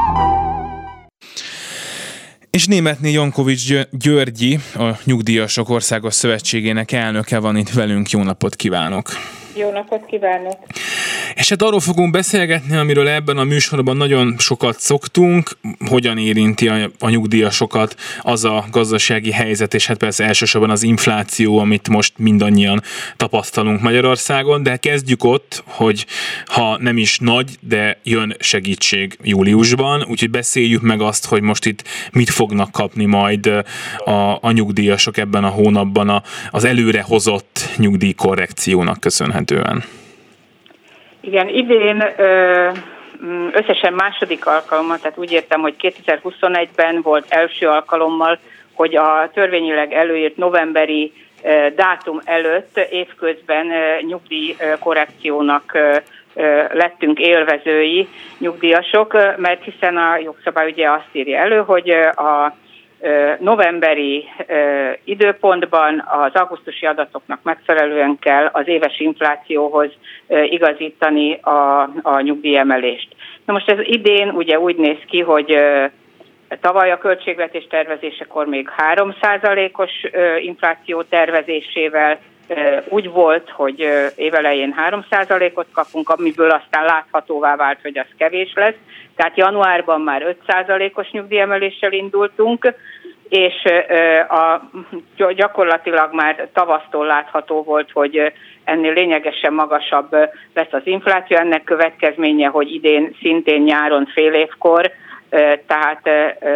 Speaker 2: És Németné Jankovics Györgyi, a Nyugdíjasok Országos Szövetségének elnöke van itt velünk. Jó napot kívánok!
Speaker 5: Jó napot kívánok!
Speaker 2: És hát arról fogunk beszélgetni, amiről ebben a műsorban nagyon sokat szoktunk, hogyan érinti a, a nyugdíjasokat az a gazdasági helyzet, és hát persze elsősorban az infláció, amit most mindannyian tapasztalunk Magyarországon, de kezdjük ott, hogy ha nem is nagy, de jön segítség júliusban, úgyhogy beszéljük meg azt, hogy most itt mit fognak kapni majd a, a nyugdíjasok ebben a hónapban a, az előrehozott nyugdíjkorrekciónak köszönhetően.
Speaker 5: Igen, idén összesen második alkalommal, tehát úgy értem, hogy kétezer-huszonegyben volt első alkalommal, hogy a törvényileg előírt novemberi dátum előtt évközben nyugdíjkorrekciónak lettünk élvezői nyugdíjasok, mert hiszen a jogszabály ugye azt írja elő, hogy a novemberi időpontban az augusztusi adatoknak megfelelően kell az éves inflációhoz igazítani a, a nyugdíjemelést. Na most ez idén ugye úgy néz ki, hogy tavaly a költségvetés tervezésekor még három százalékos infláció tervezésével úgy volt, hogy évelején három százalékot kapunk, amiből aztán láthatóvá vált, hogy az kevés lesz. Tehát januárban már öt százalékos nyugdíjemeléssel indultunk, és a, gyakorlatilag már tavasztól látható volt, hogy ennél lényegesen magasabb lesz az infláció. Ennek következménye, hogy idén szintén nyáron fél évkor, tehát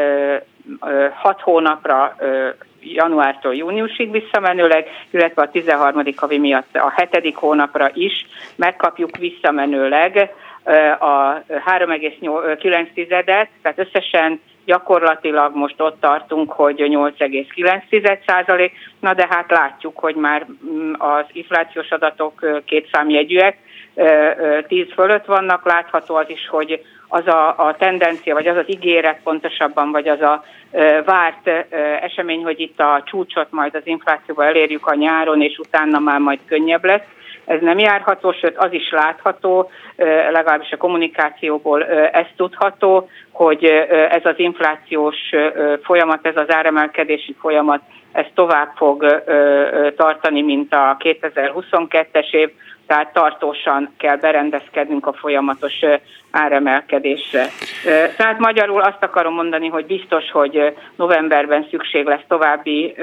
Speaker 5: hat hónapra, januártól júniusig visszamenőleg, illetve a tizenharmadik havi miatt a hetedik hónapra is megkapjuk visszamenőleg a három egész kilenc, tehát összesen gyakorlatilag most ott tartunk, hogy nyolc egész kilenc százalék, na de hát látjuk, hogy már az inflációs adatok kétszámjegyűek, tíz fölött vannak, látható az is, hogy az a, a tendencia, vagy az az ígéret pontosabban, vagy az a e, várt e, esemény, hogy itt a csúcsot majd az inflációval elérjük a nyáron, és utána már majd könnyebb lesz. Ez nem járható, sőt az is látható, e, legalábbis a kommunikációból e, ez tudható, hogy e, ez az inflációs e, folyamat, ez az áremelkedési folyamat, ez tovább fog e, tartani, mint a kétezer-huszonkettes év, tehát tartósan kell berendezkednünk a folyamatos áremelkedésre. Tehát magyarul azt akarom mondani, hogy biztos, hogy novemberben szükség lesz további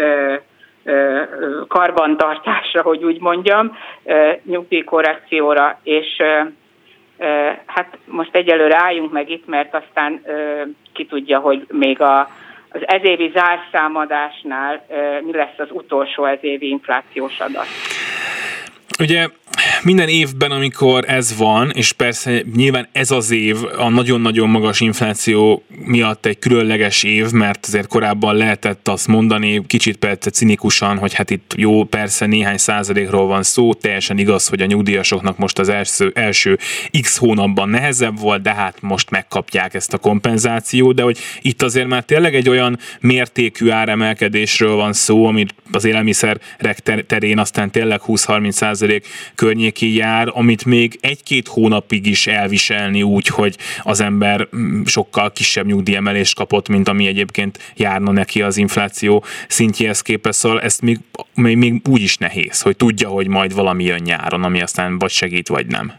Speaker 5: karbantartásra, hogy úgy mondjam, nyugdíjkorrekcióra, és hát most egyelőre álljunk meg itt, mert aztán ki tudja, hogy még a, az ezévi zárszámadásnál mi lesz az utolsó ezévi inflációs adat.
Speaker 2: Ugye minden évben, amikor ez van, és persze nyilván ez az év a nagyon-nagyon magas infláció miatt egy különleges év, mert azért korábban lehetett azt mondani, kicsit persze cinikusan, hogy hát itt jó, persze néhány százalékról van szó, teljesen igaz, hogy a nyugdíjasoknak most az első, első x hónapban nehezebb volt, de hát most megkapják ezt a kompenzációt, de hogy itt azért már tényleg egy olyan mértékű áremelkedésről van szó, amit az élelmiszerek terén aztán tényleg húsz-harminc százalék környéki jár, amit még egy-két hónapig is elviselni úgy, hogy az ember sokkal kisebb nyugdíjemelést kapott, mint ami egyébként járna neki az infláció szintjéhez képest, szóval ezt még, még, még úgy is nehéz, hogy tudja, hogy majd valami jön nyáron, ami aztán vagy segít, vagy nem.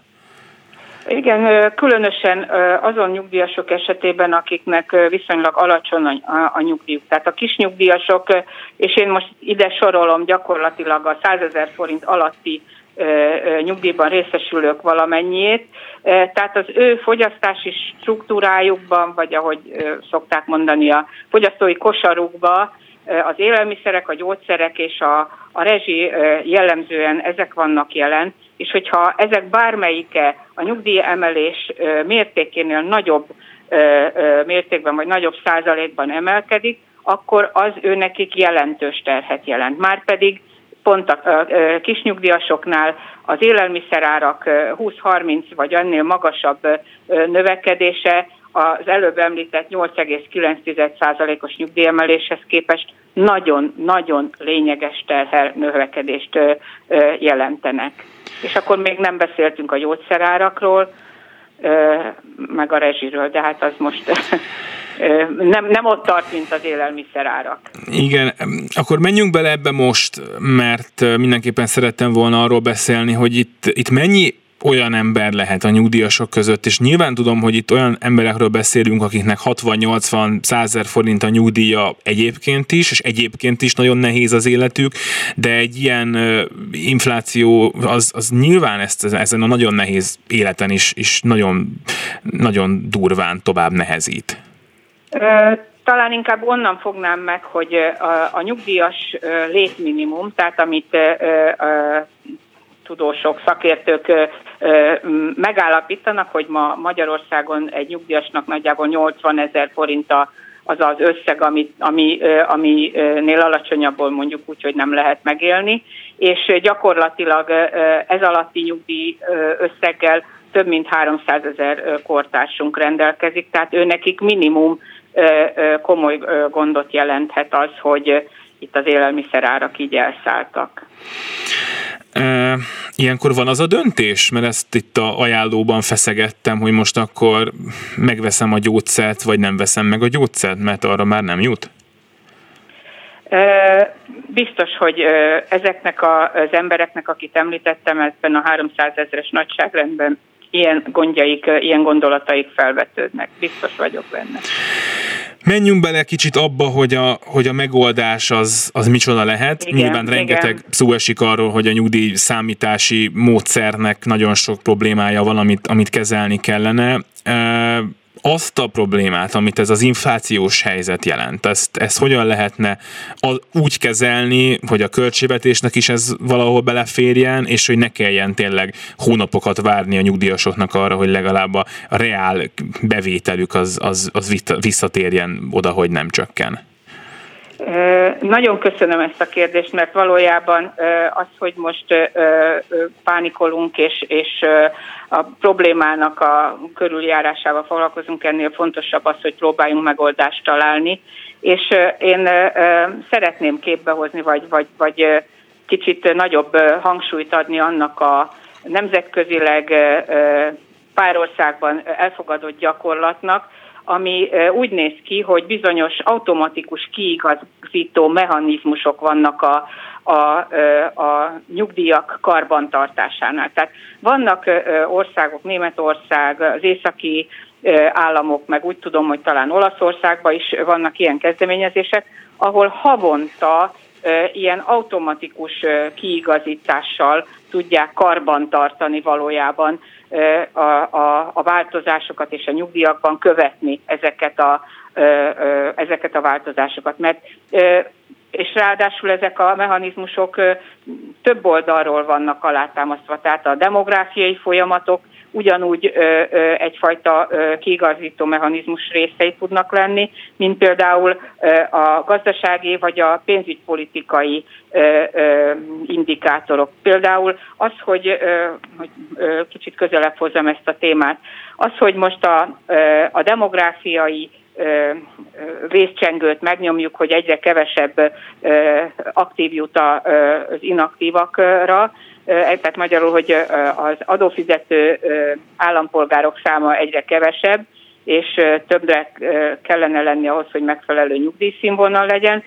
Speaker 5: Igen, különösen azon nyugdíjasok esetében, akiknek viszonylag alacsony a, a nyugdíjuk. Tehát a kis nyugdíjasok, és én most ide sorolom gyakorlatilag a százezer forint alatti nyugdíjban részesülők valamennyiét. Tehát az ő fogyasztási struktúrájukban, vagy ahogy szokták mondani, a fogyasztói kosarukban az élelmiszerek, a gyógyszerek és a, a rezsi jellemzően ezek vannak jelen, és hogyha ezek bármelyike a nyugdíjemelés mértékénél nagyobb mértékben vagy nagyobb százalékban emelkedik, akkor az ő nekik jelentős terhet jelent. Márpedig pont a kisnyugdíjasoknál az élelmiszerárak húsz-harminc vagy ennél magasabb növekedése az előbb említett nyolc egész kilenc százalékos nyugdíjemeléshez képest nagyon-nagyon lényeges terhel növekedést jelentenek. És akkor még nem beszéltünk a gyógyszerárakról, meg a rezsiről, de hát az most nem, nem ott tart, mint az élelmiszerárak.
Speaker 2: Igen, akkor menjünk bele ebbe most, mert mindenképpen szerettem volna arról beszélni, hogy itt, itt mennyi olyan ember lehet a nyugdíjasok között, és nyilván tudom, hogy itt olyan emberekről beszélünk, akiknek hatvan-nyolcvan-százezer forint a nyugdíja egyébként is, és egyébként is nagyon nehéz az életük, de egy ilyen infláció az, az nyilván ezt, ezen a nagyon nehéz életen is, is nagyon, nagyon durván tovább nehezít.
Speaker 5: Talán inkább onnan fognám meg, hogy a, a nyugdíjas létminimum, tehát amit tudósok, szakértők megállapítanak, hogy ma Magyarországon egy nyugdíjasnak nagyjából nyolcvanezer forint az az összeg, ami, ami, aminél alacsonyabbból mondjuk úgy, hogy nem lehet megélni, és gyakorlatilag ez alatti nyugdíj összeggel több mint háromszázezer kortársunk rendelkezik, tehát ő nekik minimum komoly gondot jelenthet az, hogy itt az élelmiszerárak így elszálltak.
Speaker 2: E, ilyenkor van az a döntés, mert ezt itt a ajánlóban feszegettem, hogy most akkor megveszem a gyógyszert, vagy nem veszem meg a gyógyszert, mert arra már nem jut?
Speaker 5: Biztos, hogy ezeknek az embereknek, akit említettem, ebben a háromszázezres nagyságrendben ilyen gondjaik, ilyen gondolataik felvetődnek. Biztos vagyok benne.
Speaker 2: Menjünk bele kicsit abba, hogy a, hogy a megoldás az, az micsoda lehet. Igen, Nyilván rengeteg igen. szó esik arról, hogy a nyugdíj számítási módszernek nagyon sok problémája van, amit, amit kezelni kellene. E, azt a problémát, amit ez az inflációs helyzet jelent, ezt, ezt hogyan lehetne úgy kezelni, hogy a költségvetésnek is ez valahol beleférjen, és hogy ne kelljen tényleg hónapokat várni a nyugdíjasoknak arra, hogy legalább a reál bevételük az, az, az visszatérjen oda, hogy nem csökken.
Speaker 5: Nagyon köszönöm ezt a kérdést, mert valójában az, hogy most pánikolunk és, és a problémának a körüljárásával foglalkozunk, ennél fontosabb az, hogy próbáljunk megoldást találni. És én szeretném képbehozni, vagy, vagy, vagy kicsit nagyobb hangsúlyt adni annak a nemzetközileg pár országban elfogadott gyakorlatnak, ami úgy néz ki, hogy bizonyos automatikus kiigazító mechanizmusok vannak a, a, a nyugdíjak karbantartásánál. Tehát vannak országok, Németország, az északi államok, meg úgy tudom, hogy talán Olaszországban is vannak ilyen kezdeményezések, ahol havonta ilyen automatikus kiigazítással tudják karbantartani valójában a, a, a változásokat, és a nyugdíjakban követni ezeket a, ezeket a változásokat. Mert, és ráadásul ezek a mechanizmusok több oldalról vannak alátámasztva, tehát a demográfiai folyamatok ugyanúgy ö, ö, egyfajta ö, kiigazító mechanizmus részei tudnak lenni, mint például ö, a gazdasági vagy a pénzügypolitikai ö, ö, indikátorok. Például az, hogy, ö, hogy ö, kicsit közelebb hozzam ezt a témát, az, hogy most a, ö, a demográfiai vészcsengőt megnyomjuk, hogy egyre kevesebb aktív jut az inaktívakra, tehát magyarul, hogy az adófizető állampolgárok száma egyre kevesebb, és többre kellene lenni ahhoz, hogy megfelelő nyugdíjszínvonal legyen.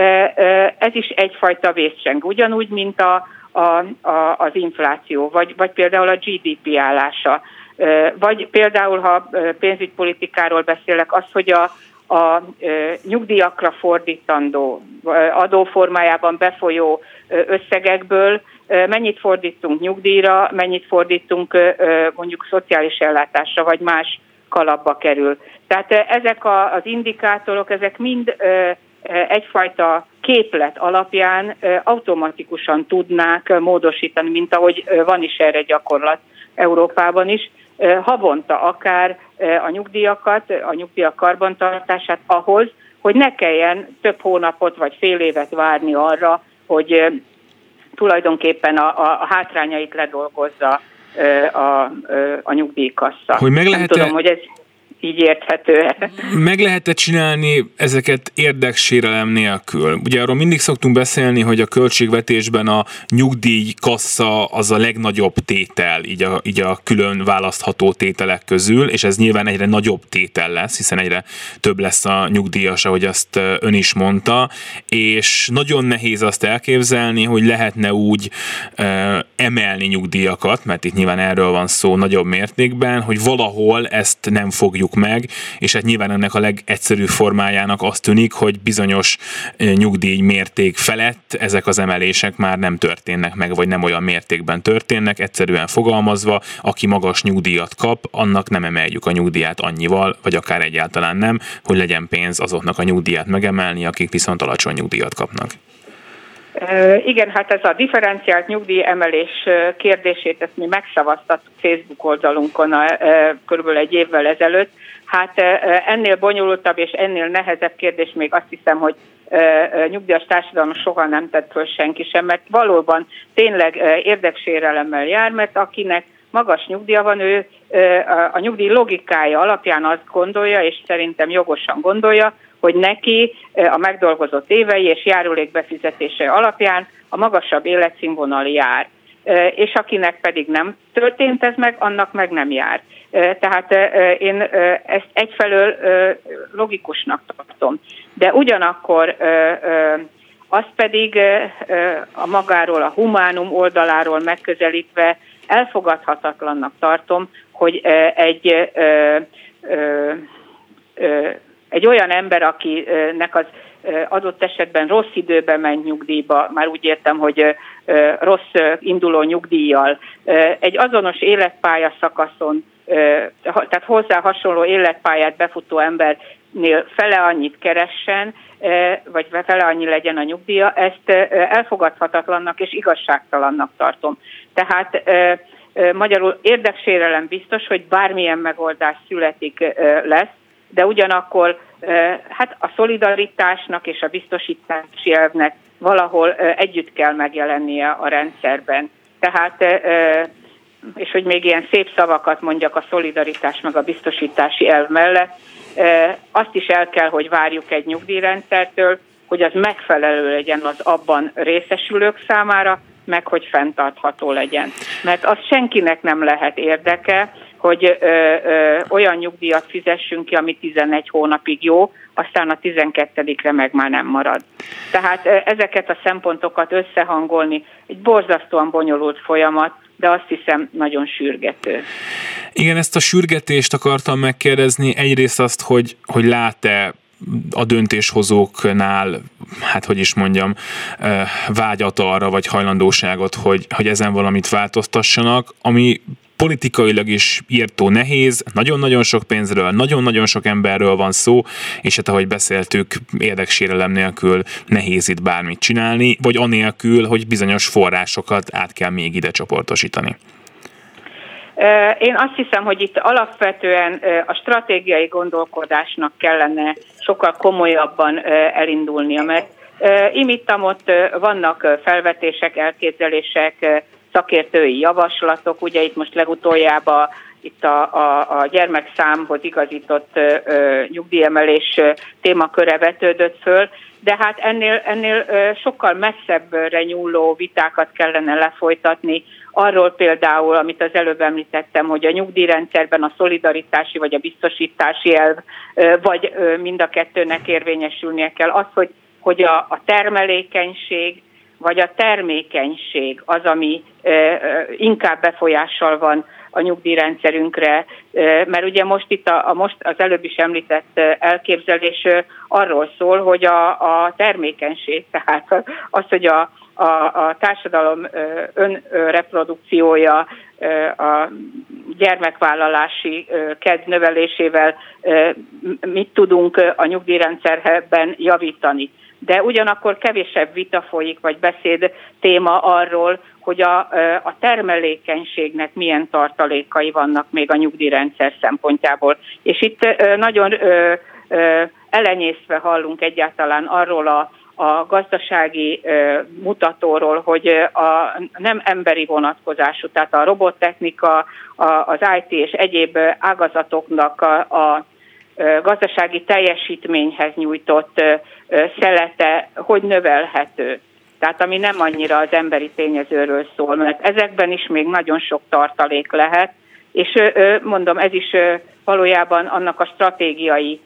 Speaker 5: Ez is egyfajta vészcsengő, ugyanúgy, mint a, a, a, az infláció, vagy, vagy például a gé dé pé állása. Vagy például, ha pénzügypolitikáról beszélek, az, hogy a, a nyugdíjakra fordítandó, adóformájában befolyó összegekből mennyit fordítunk nyugdíjra, mennyit fordítunk mondjuk szociális ellátásra, vagy más kalapba kerül. Tehát ezek az indikátorok, ezek mind egyfajta képlet alapján automatikusan tudnák módosítani, mint ahogy van is erre gyakorlat Európában is, havonta akár a nyugdíjakat, a nyugdíjak karbantartását ahhoz, hogy ne kelljen több hónapot vagy fél évet várni arra, hogy tulajdonképpen a, a hátrányait ledolgozza a, a, a nyugdíjkassa.
Speaker 2: Hogy meg lehet-e...
Speaker 5: Nem tudom, hogy ez így érthető.
Speaker 2: Meg lehet-e csinálni ezeket érdeksérelem nélkül? Ugye arról mindig szoktunk beszélni, hogy a költségvetésben a nyugdíjkassa az a legnagyobb tétel, így a, így a külön választható tételek közül, és ez nyilván egyre nagyobb tétel lesz, hiszen egyre több lesz a nyugdíjas, ahogy azt ön is mondta, és nagyon nehéz azt elképzelni, hogy lehetne úgy uh, emelni nyugdíjakat, mert itt nyilván erről van szó nagyobb mértékben, hogy valahol ezt nem fogjuk meg, és hát nyilván ennek a legegyszerűbb formájának azt tűnik, hogy bizonyos nyugdíj mérték felett ezek az emelések már nem történnek meg, vagy nem olyan mértékben történnek, egyszerűen fogalmazva, aki magas nyugdíjat kap, annak nem emeljük a nyugdíjat annyival, vagy akár egyáltalán nem, hogy legyen pénz azoknak a nyugdíjat megemelni, akik viszont alacsony nyugdíjat kapnak.
Speaker 5: Igen, hát ez a differenciált nyugdíjemelés kérdését, ezt mi megszavaztattuk Facebook oldalunkon a, körülbelül egy évvel ezelőtt. Hát ennél bonyolultabb és ennél nehezebb kérdés még azt hiszem, hogy nyugdíjas társadalom soha nem tett föl senki sem, mert valóban tényleg érdeksérelemmel jár, mert akinek magas nyugdíja van, ő a nyugdíj logikája alapján azt gondolja, és szerintem jogosan gondolja, hogy neki a megdolgozott évei és járulékbefizetése alapján a magasabb életszínvonal jár. És akinek pedig nem történt ez meg, annak meg nem jár. Tehát én ezt egyfelől logikusnak tartom. De ugyanakkor azt pedig a magáról, a humánum oldaláról megközelítve elfogadhatatlannak tartom, hogy egy, egy olyan ember, akinek az adott esetben rossz időben ment nyugdíjba, már úgy értem, hogy rossz induló nyugdíjjal, egy azonos életpálya szakaszon, tehát hozzá hasonló életpályát befutó embernél fele annyit keressen, vagy fele annyi legyen a nyugdíja, ezt elfogadhatatlannak és igazságtalannak tartom. Tehát magyarul érdeksérelem biztos, hogy bármilyen megoldás születik lesz, de ugyanakkor hát a szolidaritásnak és a biztosítási elvnek valahol együtt kell megjelennie a rendszerben. Tehát, és hogy még ilyen szép szavakat mondjak a szolidaritás meg a biztosítási elv mellett, azt is el kell, hogy várjuk egy nyugdíjrendszertől, hogy az megfelelő legyen az abban részesülők számára, meg hogy fenntartható legyen. Mert az senkinek nem lehet érdeke, hogy ö, ö, olyan nyugdíjat fizessünk ki, ami tizenegy hónapig jó, aztán a tizenkettedikre meg már nem marad. Tehát ö, ezeket a szempontokat összehangolni egy borzasztóan bonyolult folyamat, de azt hiszem nagyon sürgető.
Speaker 2: Igen, ezt a sürgetést akartam megkérdezni. Egyrészt azt, hogy, hogy lát-e a döntéshozóknál, hát hogy is mondjam, vágyat arra, vagy hajlandóságot, hogy, hogy ezen valamit változtassanak, ami politikailag is írtó nehéz, nagyon-nagyon sok pénzről, nagyon-nagyon sok emberről van szó, és hát ahogy beszéltük, érdeksérelem nélkül nehéz itt bármit csinálni, vagy anélkül, hogy bizonyos forrásokat át kell még ide csoportosítani.
Speaker 5: Én azt hiszem, hogy itt alapvetően a stratégiai gondolkodásnak kellene sokkal komolyabban elindulnia, mert imittamott vannak felvetések, elképzelések, szakértői javaslatok, ugye itt most legutoljába itt a, a, a gyermekszámhoz igazított ö, nyugdíjemelés témaköre vetődött föl, de hát ennél, ennél ö, sokkal messzebbre nyúló vitákat kellene lefolytatni, arról például, amit az előbb említettem, hogy a nyugdíjrendszerben a szolidaritási vagy a biztosítási elv, ö, vagy ö, mind a kettőnek érvényesülnie kell, az, hogy, hogy a, a termelékenység, vagy a termékenység az, ami inkább befolyással van a nyugdíjrendszerünkre, mert ugye most itt a, a most az előbb is említett elképzelés arról szól, hogy a, a termékenység, tehát az, hogy a, a, a társadalom önreprodukciója, a gyermekvállalási kedv növelésével mit tudunk a nyugdíjrendszerben javítani. De ugyanakkor kevésebb vita folyik, vagy beszéd téma arról, hogy a, a termelékenységnek milyen tartalékai vannak még a nyugdíjrendszer szempontjából. És itt nagyon elenyészve hallunk egyáltalán arról a, a gazdasági mutatóról, hogy a nem emberi vonatkozású, tehát a robottechnika, az i té és egyéb ágazatoknak a, a gazdasági teljesítményhez nyújtott szelete hogy növelhető. Tehát ami nem annyira az emberi tényezőről szól, mert ezekben is még nagyon sok tartalék lehet, és mondom, ez is valójában annak a stratégiai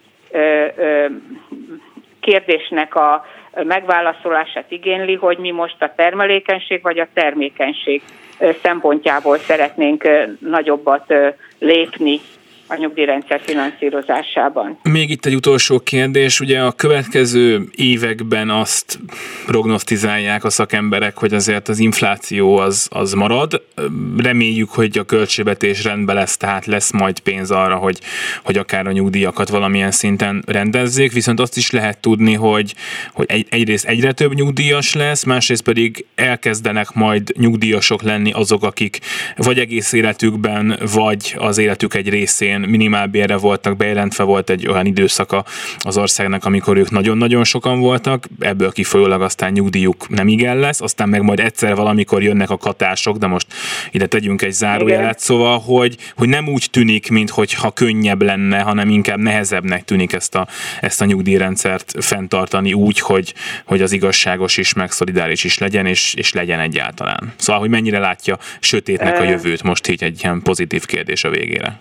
Speaker 5: kérdésnek a megválaszolását igényli, hogy mi most a termelékenység vagy a termékenység szempontjából szeretnénk nagyobbat lépni a nyugdíjrendszer finanszírozásában.
Speaker 2: Még itt egy utolsó kérdés, ugye a következő években azt prognosztizálják a szakemberek, hogy azért az infláció az, az marad. Reméljük, hogy a költségvetés rendben lesz, tehát lesz majd pénz arra, hogy, hogy akár a nyugdíjakat valamilyen szinten rendezzék, viszont azt is lehet tudni, hogy, hogy egy, egyrészt egyre több nyugdíjas lesz, másrészt pedig elkezdenek majd nyugdíjasok lenni azok, akik vagy egész életükben, vagy az életük egy részén elején minimálbérre voltak bejelentve, volt egy olyan időszaka az országnak, amikor ők nagyon-nagyon sokan voltak, ebből kifolyólag aztán nyugdíjuk nem igen lesz, aztán meg majd egyszer valamikor jönnek a katások, de most ide tegyünk egy zárójelet, szóval, hogy, hogy nem úgy tűnik, mintha könnyebb lenne, hanem inkább nehezebbnek tűnik ezt a, ezt a nyugdíjrendszert fenntartani úgy, hogy, hogy az igazságos is, meg szolidáris is legyen, és, és legyen egyáltalán. Szóval, hogy mennyire látja sötétnek a jövőt, most így egy ilyen pozitív kérdés a végére.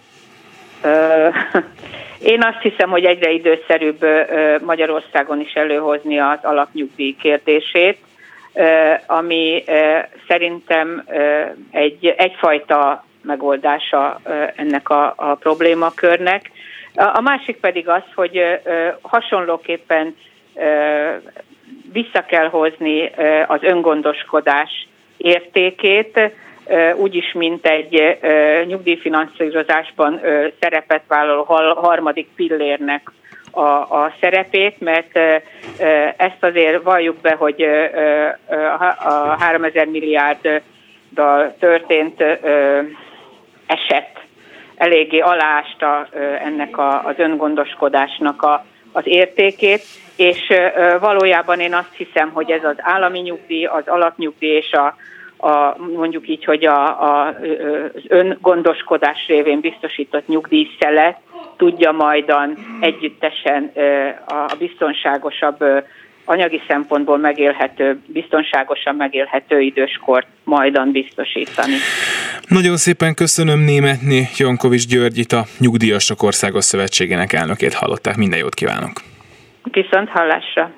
Speaker 5: Én azt hiszem, hogy egyre időszerűbb Magyarországon is előhozni az alapnyugdíj kérdését, ami szerintem egy, egyfajta megoldása ennek a, a problémakörnek. A másik pedig az, hogy hasonlóképpen vissza kell hozni az öngondoskodás értékét, úgyis, mint egy nyugdíjfinanszírozásban szerepet vállaló harmadik pillérnek a, a szerepét, mert ezt azért valljuk be, hogy a háromezer milliárddal történt eset eléggé aláásta ennek a, az öngondoskodásnak a, az értékét, és valójában én azt hiszem, hogy ez az állami nyugdíj, az alapnyugdíj és a, a mondjuk így, hogy a, a, az öngondoskodás révén biztosított nyugdíjszelet tudja majdan együttesen a biztonságosabb, anyagi szempontból megélhető, biztonságosan megélhető időskort majdan biztosítani.
Speaker 2: Nagyon szépen köszönöm, Németné Jankovics Györgyit, a Nyugdíjasok Országos Szövetségének elnökét hallották. Minden jót kívánok!
Speaker 5: Viszont hallásra!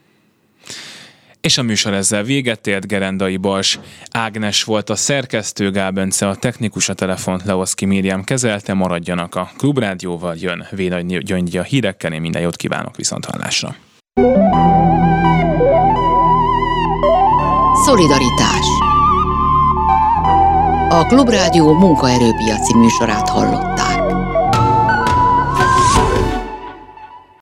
Speaker 2: És a műsor ezzel véget ért. Gerendai Bals Ágnes volt a szerkesztő, Gál Bence a technikus, a telefont Leoszki Miriam kezelte. Maradjanak a Klubrádióval, jön Vénagy Gyöngyi a hírekkel, én minden jót kívánok, viszont hallásra.
Speaker 1: Szolidaritás. A Klubrádió munkaerőpiaci műsorát hallott.